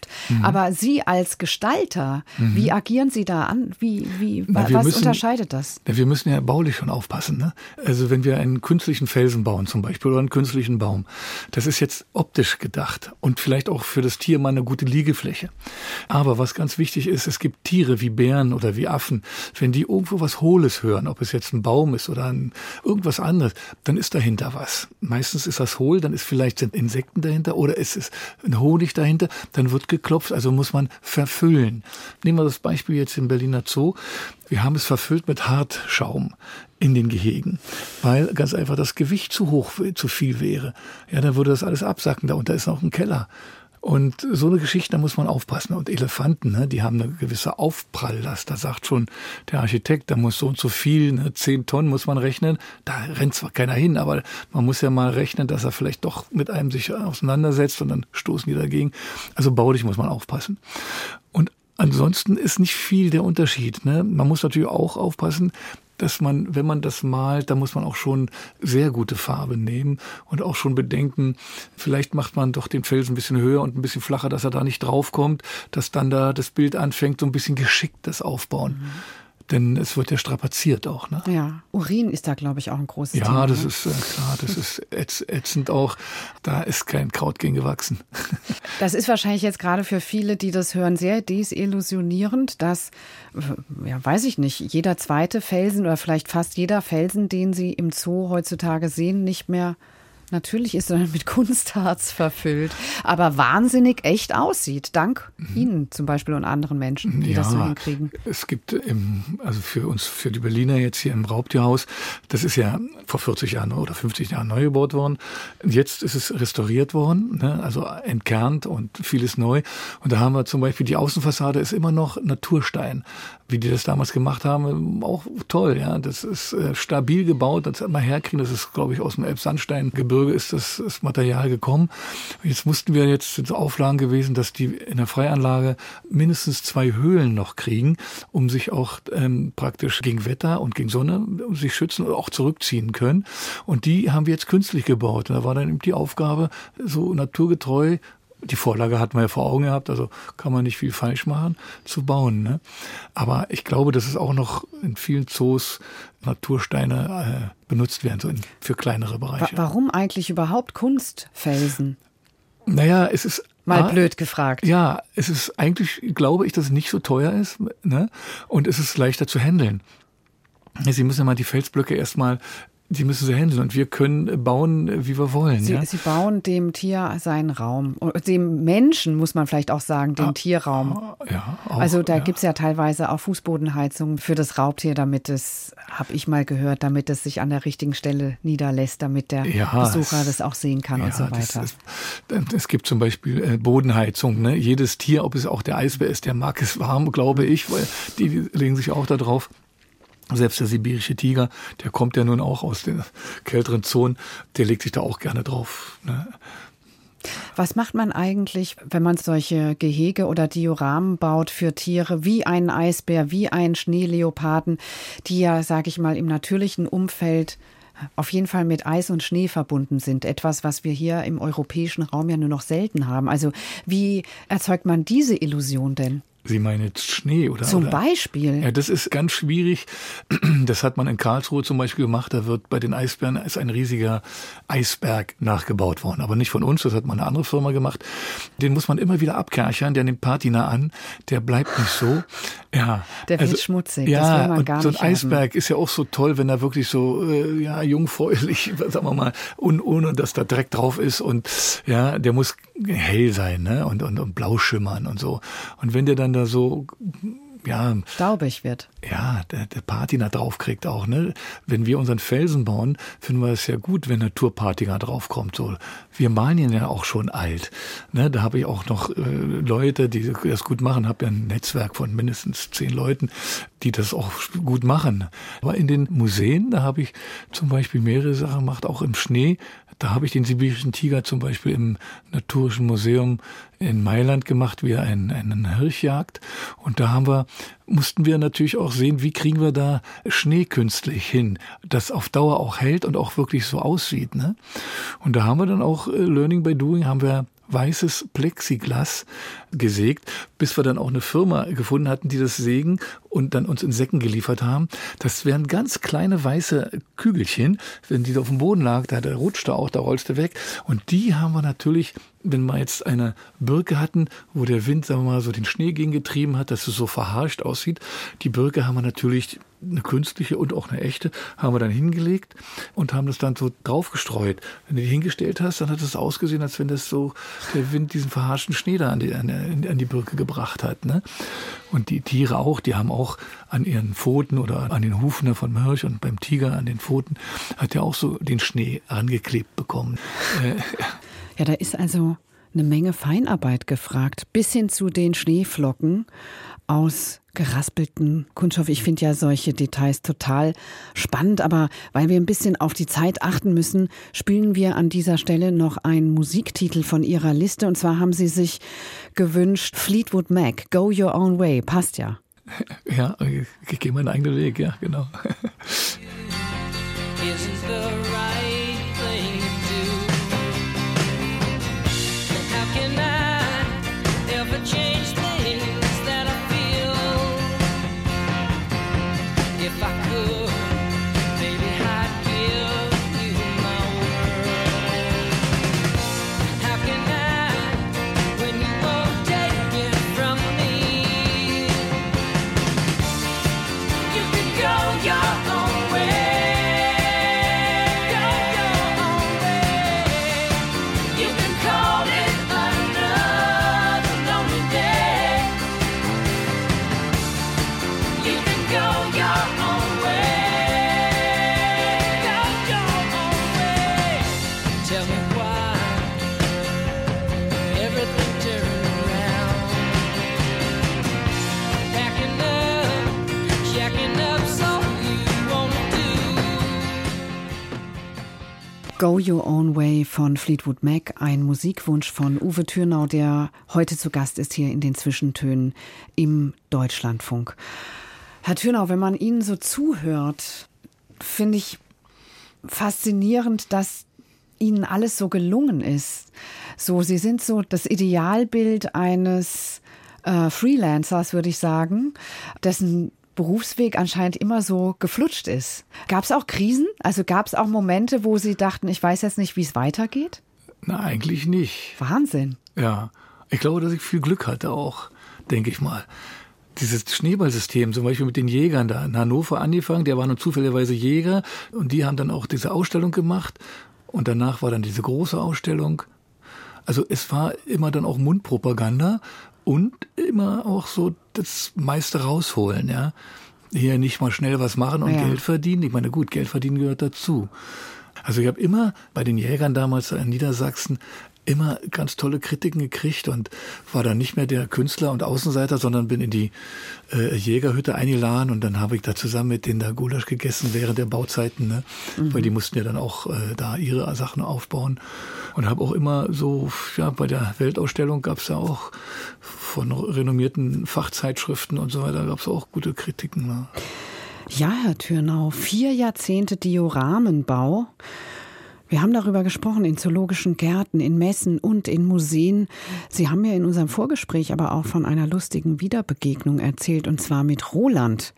Landschaft. Mhm. Aber Sie als Gestalter, mhm. wie agieren Sie da an? Wie, wie, Na, was müssen, unterscheidet das? Na, wir müssen ja baulich schon aufpassen. Ne? Also wenn wir einen künstlichen Felsen bauen zum Beispiel oder einen künstlichen Baum, das ist jetzt optisch gedacht und vielleicht auch für das Tier mal eine gute Liegefläche. Aber was ganz wichtig ist, es gibt Tiere wie Bären oder wie Affen, wenn die irgendwo was Hohles hören, ob es jetzt ein Baum ist oder ein, irgendwas anderes, dann ist dahinter was. Meistens ist das hohl, dann ist vielleicht sind Insekten dahinter oder es ist ein Honig dahinter, dann wird geklopft, also muss man verfüllen. Nehmen wir das Beispiel jetzt im Berliner Zoo. Wir haben es verfüllt mit Hartschaum in den Gehegen, weil ganz einfach das Gewicht zu hoch, zu viel wäre. Ja, dann würde das alles absacken, darunter ist noch ein Keller. Und so eine Geschichte, da muss man aufpassen. Und Elefanten, ne, die haben eine gewisse Aufpralllast. Da sagt schon der Architekt, da muss so und so viel, ne, zehn Tonnen muss man rechnen. Da rennt zwar keiner hin, aber man muss ja mal rechnen, dass er vielleicht doch mit einem sich auseinandersetzt und dann stoßen die dagegen. Also baulich muss man aufpassen. Und ansonsten ist nicht viel der Unterschied. Ne? Man muss natürlich auch aufpassen, dass man, wenn man das malt, da muss man auch schon sehr gute Farbe nehmen und auch schon bedenken, vielleicht macht man doch den Felsen ein bisschen höher und ein bisschen flacher, dass er da nicht draufkommt, dass dann da das Bild anfängt, so ein bisschen geschickt das Aufbauen. Mhm. Denn es wird ja strapaziert auch. Ne? Ja, Urin ist da, glaube ich, auch ein großes ja, Thema. Ja, das ne? ist äh, klar, das ist ätz, ätzend auch. Da ist kein Kraut gegen gewachsen. Das ist wahrscheinlich jetzt gerade für viele, die das hören, sehr desillusionierend, dass, ja, weiß ich nicht, jeder zweite Felsen oder vielleicht fast jeder Felsen, den Sie im Zoo heutzutage sehen, nicht mehr natürlich ist, sondern mit Kunstharz verfüllt, aber wahnsinnig echt aussieht, dank mhm. Ihnen zum Beispiel und anderen Menschen, die ja, das so hinkriegen. Es gibt, im, also für uns, für die Berliner jetzt hier im Raubtierhaus, das ist ja vor vierzig Jahren oder fünfzig Jahren neu gebaut worden. Jetzt ist es restauriert worden, ne, also entkernt und vieles neu. Und da haben wir zum Beispiel, die Außenfassade ist immer noch Naturstein. Wie die das damals gemacht haben, auch toll, ja. Das ist äh, stabil gebaut, das mal herkriegen. Das ist, glaube ich, aus dem Elbsandsteingebirge ist das, das Material gekommen. Jetzt mussten wir jetzt, sind so Auflagen gewesen, dass die in der Freianlage mindestens zwei Höhlen noch kriegen, um sich auch ähm, praktisch gegen Wetter und gegen Sonne um sich schützen oder auch zurückziehen können. Und die haben wir jetzt künstlich gebaut. Und da war dann eben die Aufgabe, so naturgetreu, die Vorlage hat man ja vor Augen gehabt, also kann man nicht viel falsch machen, zu bauen. Ne? Aber ich glaube, dass es auch noch in vielen Zoos Natursteine äh, benutzt werden, so in, für kleinere Bereiche. Warum eigentlich überhaupt Kunstfelsen? Naja, es ist... Mal ah, blöd gefragt. Ja, es ist eigentlich, glaube ich, dass es nicht so teuer ist, ne? Und es ist leichter zu handeln. Sie müssen ja mal die Felsblöcke erstmal... Die müssen sie handeln und wir können bauen, wie wir wollen. Sie, ja? sie bauen dem Tier seinen Raum. Dem Menschen, muss man vielleicht auch sagen, den ah, Tierraum. Ja, auch, also da ja. gibt's ja teilweise auch Fußbodenheizungen für das Raubtier, damit es, habe ich mal gehört, damit es sich an der richtigen Stelle niederlässt, damit der ja, Besucher es, das auch sehen kann ja, und so weiter. Das, das, es gibt zum Beispiel Bodenheizung. Ne? Jedes Tier, ob es auch der Eisbär ist, der mag es warm, glaube ich, weil die legen sich auch da drauf. Selbst der sibirische Tiger, der kommt ja nun auch aus den kälteren Zonen, der legt sich da auch gerne drauf. Ne? Was macht man eigentlich, wenn man solche Gehege oder Dioramen baut für Tiere wie einen Eisbär, wie einen Schneeleoparden, die ja, sage ich mal, im natürlichen Umfeld auf jeden Fall mit Eis und Schnee verbunden sind. Etwas, was wir hier im europäischen Raum ja nur noch selten haben. Also wie erzeugt man diese Illusion denn? Sie meinen jetzt Schnee, oder? Zum oder? Beispiel. Ja, das ist ganz schwierig. Das hat man in Karlsruhe zum Beispiel gemacht. Da wird bei den Eisbären ist ein riesiger Eisberg nachgebaut worden. Aber nicht von uns, das hat mal eine andere Firma gemacht. Den muss man immer wieder abkerchern. Der nimmt Patina an. Der bleibt nicht so. Ja, der wird also, schmutzig. Ja, das will man und gar so ein nicht Eisberg haben. Ist ja auch so toll, wenn er wirklich so äh, ja jungfräulich, sagen wir mal, un, ohne dass da Dreck drauf ist. Und ja, der muss hell sein, ne? Und, und, und blau schimmern und so. Und wenn der dann da so ja staubig wird. Ja, der, der Patina draufkriegt auch, ne? Wenn wir unseren Felsen bauen, finden wir es ja gut, wenn Naturpatina draufkommt. So, wir malen ihn ja auch schon alt, ne? Da habe ich auch noch äh, Leute, die das gut machen. Habe ja ein Netzwerk von mindestens zehn Leuten, die das auch gut machen. Aber in den Museen, da habe ich zum Beispiel mehrere Sachen gemacht, auch im Schnee. Da habe ich den sibirischen Tiger zum Beispiel im Naturischen Museum in Mailand gemacht, wie er einen, einen Hirsch jagt. Und da haben wir, mussten wir natürlich auch sehen, wie kriegen wir da Schnee künstlich hin, das auf Dauer auch hält und auch wirklich so aussieht, ne? Und da haben wir dann auch, äh, Learning by Doing, haben wir weißes Plexiglas gesägt, bis wir dann auch eine Firma gefunden hatten, die das sägen und dann uns in Säcken geliefert haben. Das wären ganz kleine weiße Kügelchen, wenn die auf dem Boden lag, da rutschte auch, da rollste weg. Und die haben wir natürlich, wenn wir jetzt eine Birke hatten, wo der Wind, sagen wir mal, so den Schnee gegengetrieben hat, dass es so verharscht aussieht. Die Birke haben wir natürlich, eine künstliche und auch eine echte, haben wir dann hingelegt und haben das dann so draufgestreut. Wenn du die hingestellt hast, dann hat es ausgesehen, als wenn das so der Wind diesen verharschten Schnee da an die, an, an die Birke gebracht hat. Ne? Und die Tiere auch, die haben auch an ihren Pfoten oder an den Hufen von Mörch und beim Tiger an den Pfoten, hat ja auch so den Schnee angeklebt bekommen. Äh, Ja, da ist also eine Menge Feinarbeit gefragt, bis hin zu den Schneeflocken aus geraspelten Kunststoff. Ich finde ja solche Details total spannend, aber weil wir ein bisschen auf die Zeit achten müssen, spielen wir an dieser Stelle noch einen Musiktitel von Ihrer Liste. Und zwar haben Sie sich gewünscht Fleetwood Mac, Go Your Own Way. Passt ja. Ja, ich gehe meinen eigenen Weg, ja, genau. Go Your Own Way von Fleetwood Mac, ein Musikwunsch von Uwe Thürnau, der heute zu Gast ist hier in den Zwischentönen im Deutschlandfunk. Herr Thürnau, wenn man Ihnen so zuhört, finde ich faszinierend, dass Ihnen alles so gelungen ist. So, Sie sind so das Idealbild eines äh, Freelancers, würde ich sagen, dessen Berufsweg anscheinend immer so geflutscht ist. Gab es auch Krisen? Also gab es auch Momente, wo Sie dachten, ich weiß jetzt nicht, wie es weitergeht? Na, eigentlich nicht. Wahnsinn. Ja, ich glaube, dass ich viel Glück hatte auch, denke ich mal. Dieses Schneeballsystem, zum Beispiel mit den Jägern da in Hannover angefangen, der war nun zufälligerweise Jäger und die haben dann auch diese Ausstellung gemacht und danach war dann diese große Ausstellung. Also es war immer dann auch Mundpropaganda und immer auch so das meiste rausholen, ja. Hier nicht mal schnell was machen und ja. Geld verdienen. Ich meine, gut, Geld verdienen gehört dazu. Also ich habe immer bei den Jägern damals in Niedersachsen immer ganz tolle Kritiken gekriegt und war dann nicht mehr der Künstler und Außenseiter, sondern bin in die äh, Jägerhütte eingeladen und dann habe ich da zusammen mit denen da Gulasch gegessen während der Bauzeiten, ne? Mhm. Weil die mussten ja dann auch äh, da ihre Sachen aufbauen und habe auch immer so, ja, bei der Weltausstellung gab es ja auch von renommierten Fachzeitschriften und so weiter, gab es auch gute Kritiken. Ne? Ja, Herr Thürnau, vier Jahrzehnte Dioramenbau. Wir haben darüber gesprochen in zoologischen Gärten, in Messen und in Museen. Sie haben mir in unserem Vorgespräch aber auch von einer lustigen Wiederbegegnung erzählt, und zwar mit Roland.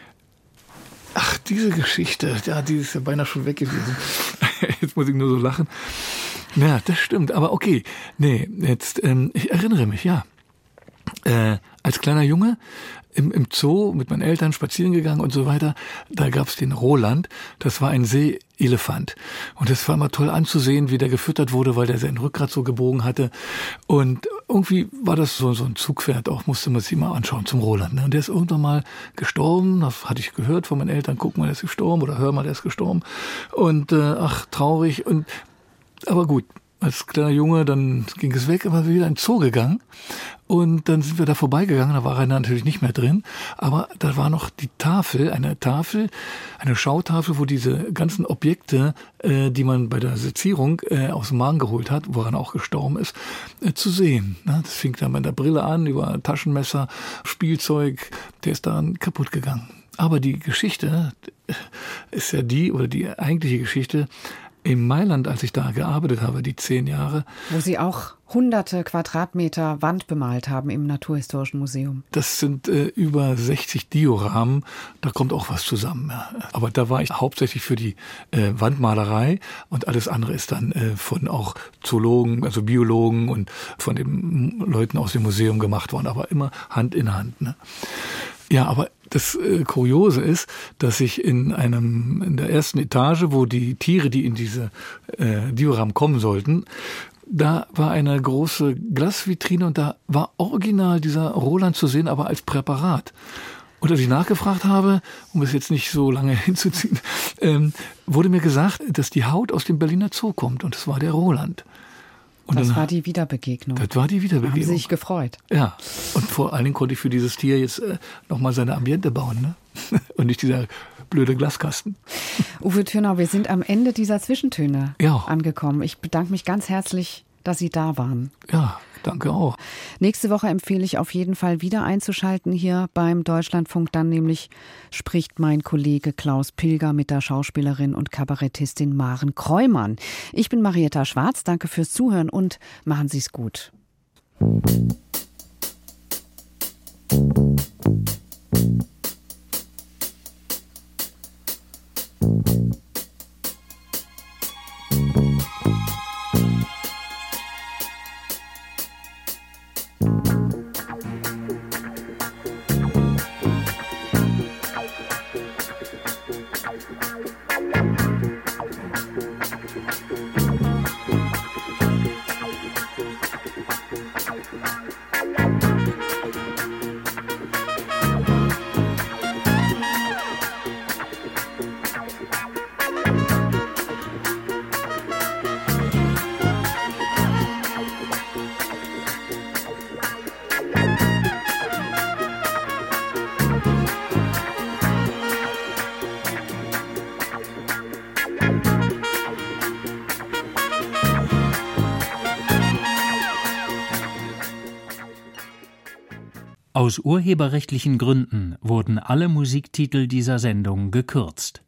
Ach, diese Geschichte, ja, die ist ja beinahe schon weg gewesen. Jetzt muss ich nur so lachen. Ja, das stimmt, aber okay. Nee, jetzt, ähm, ich erinnere mich, ja. Äh, als kleiner Junge im, im Zoo mit meinen Eltern spazieren gegangen und so weiter, da gab's den Roland, das war ein Seeelefant. Und das war immer toll anzusehen, wie der gefüttert wurde, weil der sein Rückgrat so gebogen hatte. Und irgendwie war das so, so ein Zugpferd, auch musste man sich mal anschauen zum Roland. Ne? Und der ist irgendwann mal gestorben, das hatte ich gehört von meinen Eltern, guck mal, der ist gestorben oder hör mal, der ist gestorben. Und äh, ach, traurig. Und aber gut. Als kleiner Junge, dann ging es weg, aber wir wieder in den Zoo gegangen und dann sind wir da vorbeigegangen, da war er natürlich nicht mehr drin, aber da war noch die Tafel, eine Tafel, eine Schautafel, wo diese ganzen Objekte, äh, die man bei der Sezierung äh, aus dem Magen geholt hat, woran er auch gestorben ist, äh, zu sehen. Ne? Das fing dann mit der Brille an, über Taschenmesser, Spielzeug, der ist dann kaputt gegangen. Aber die Geschichte ist ja die, oder die eigentliche Geschichte, In Mailand, als ich da gearbeitet habe, die zehn Jahre. Wo Sie auch hunderte Quadratmeter Wand bemalt haben im Naturhistorischen Museum. Das sind äh, über sechzig Dioramen, da kommt auch was zusammen. Ja. Aber da war ich hauptsächlich für die äh, Wandmalerei und alles andere ist dann äh, von auch Zoologen, also Biologen und von den Leuten aus dem Museum gemacht worden, aber immer Hand in Hand. Ne? Ja, aber das äh, Kuriose ist, dass ich in einem in der ersten Etage, wo die Tiere, die in diese äh, Dioramen kommen sollten, da war eine große Glasvitrine und da war original dieser Roland zu sehen, aber als Präparat. Und als ich nachgefragt habe, um es jetzt nicht so lange hinzuziehen, ähm, wurde mir gesagt, dass die Haut aus dem Berliner Zoo kommt und das war der Roland. Und das dann, war die Wiederbegegnung. Das war die Wiederbegegnung. Haben Sie sich gefreut? Ja, und vor allen Dingen konnte ich für dieses Tier jetzt äh, nochmal seine Ambiente bauen, ne? Und nicht dieser blöde Glaskasten. Uwe Thürnau, wir sind am Ende dieser Zwischentöne ja. angekommen. Ich bedanke mich ganz herzlich, dass Sie da waren. Ja, danke auch. Nächste Woche empfehle ich auf jeden Fall wieder einzuschalten hier beim Deutschlandfunk. Dann nämlich spricht mein Kollege Klaus Pilger mit der Schauspielerin und Kabarettistin Maren Kreumann. Ich bin Marietta Schwarz, danke fürs Zuhören und machen Sie es gut. Aus urheberrechtlichen Gründen wurden alle Musiktitel dieser Sendung gekürzt.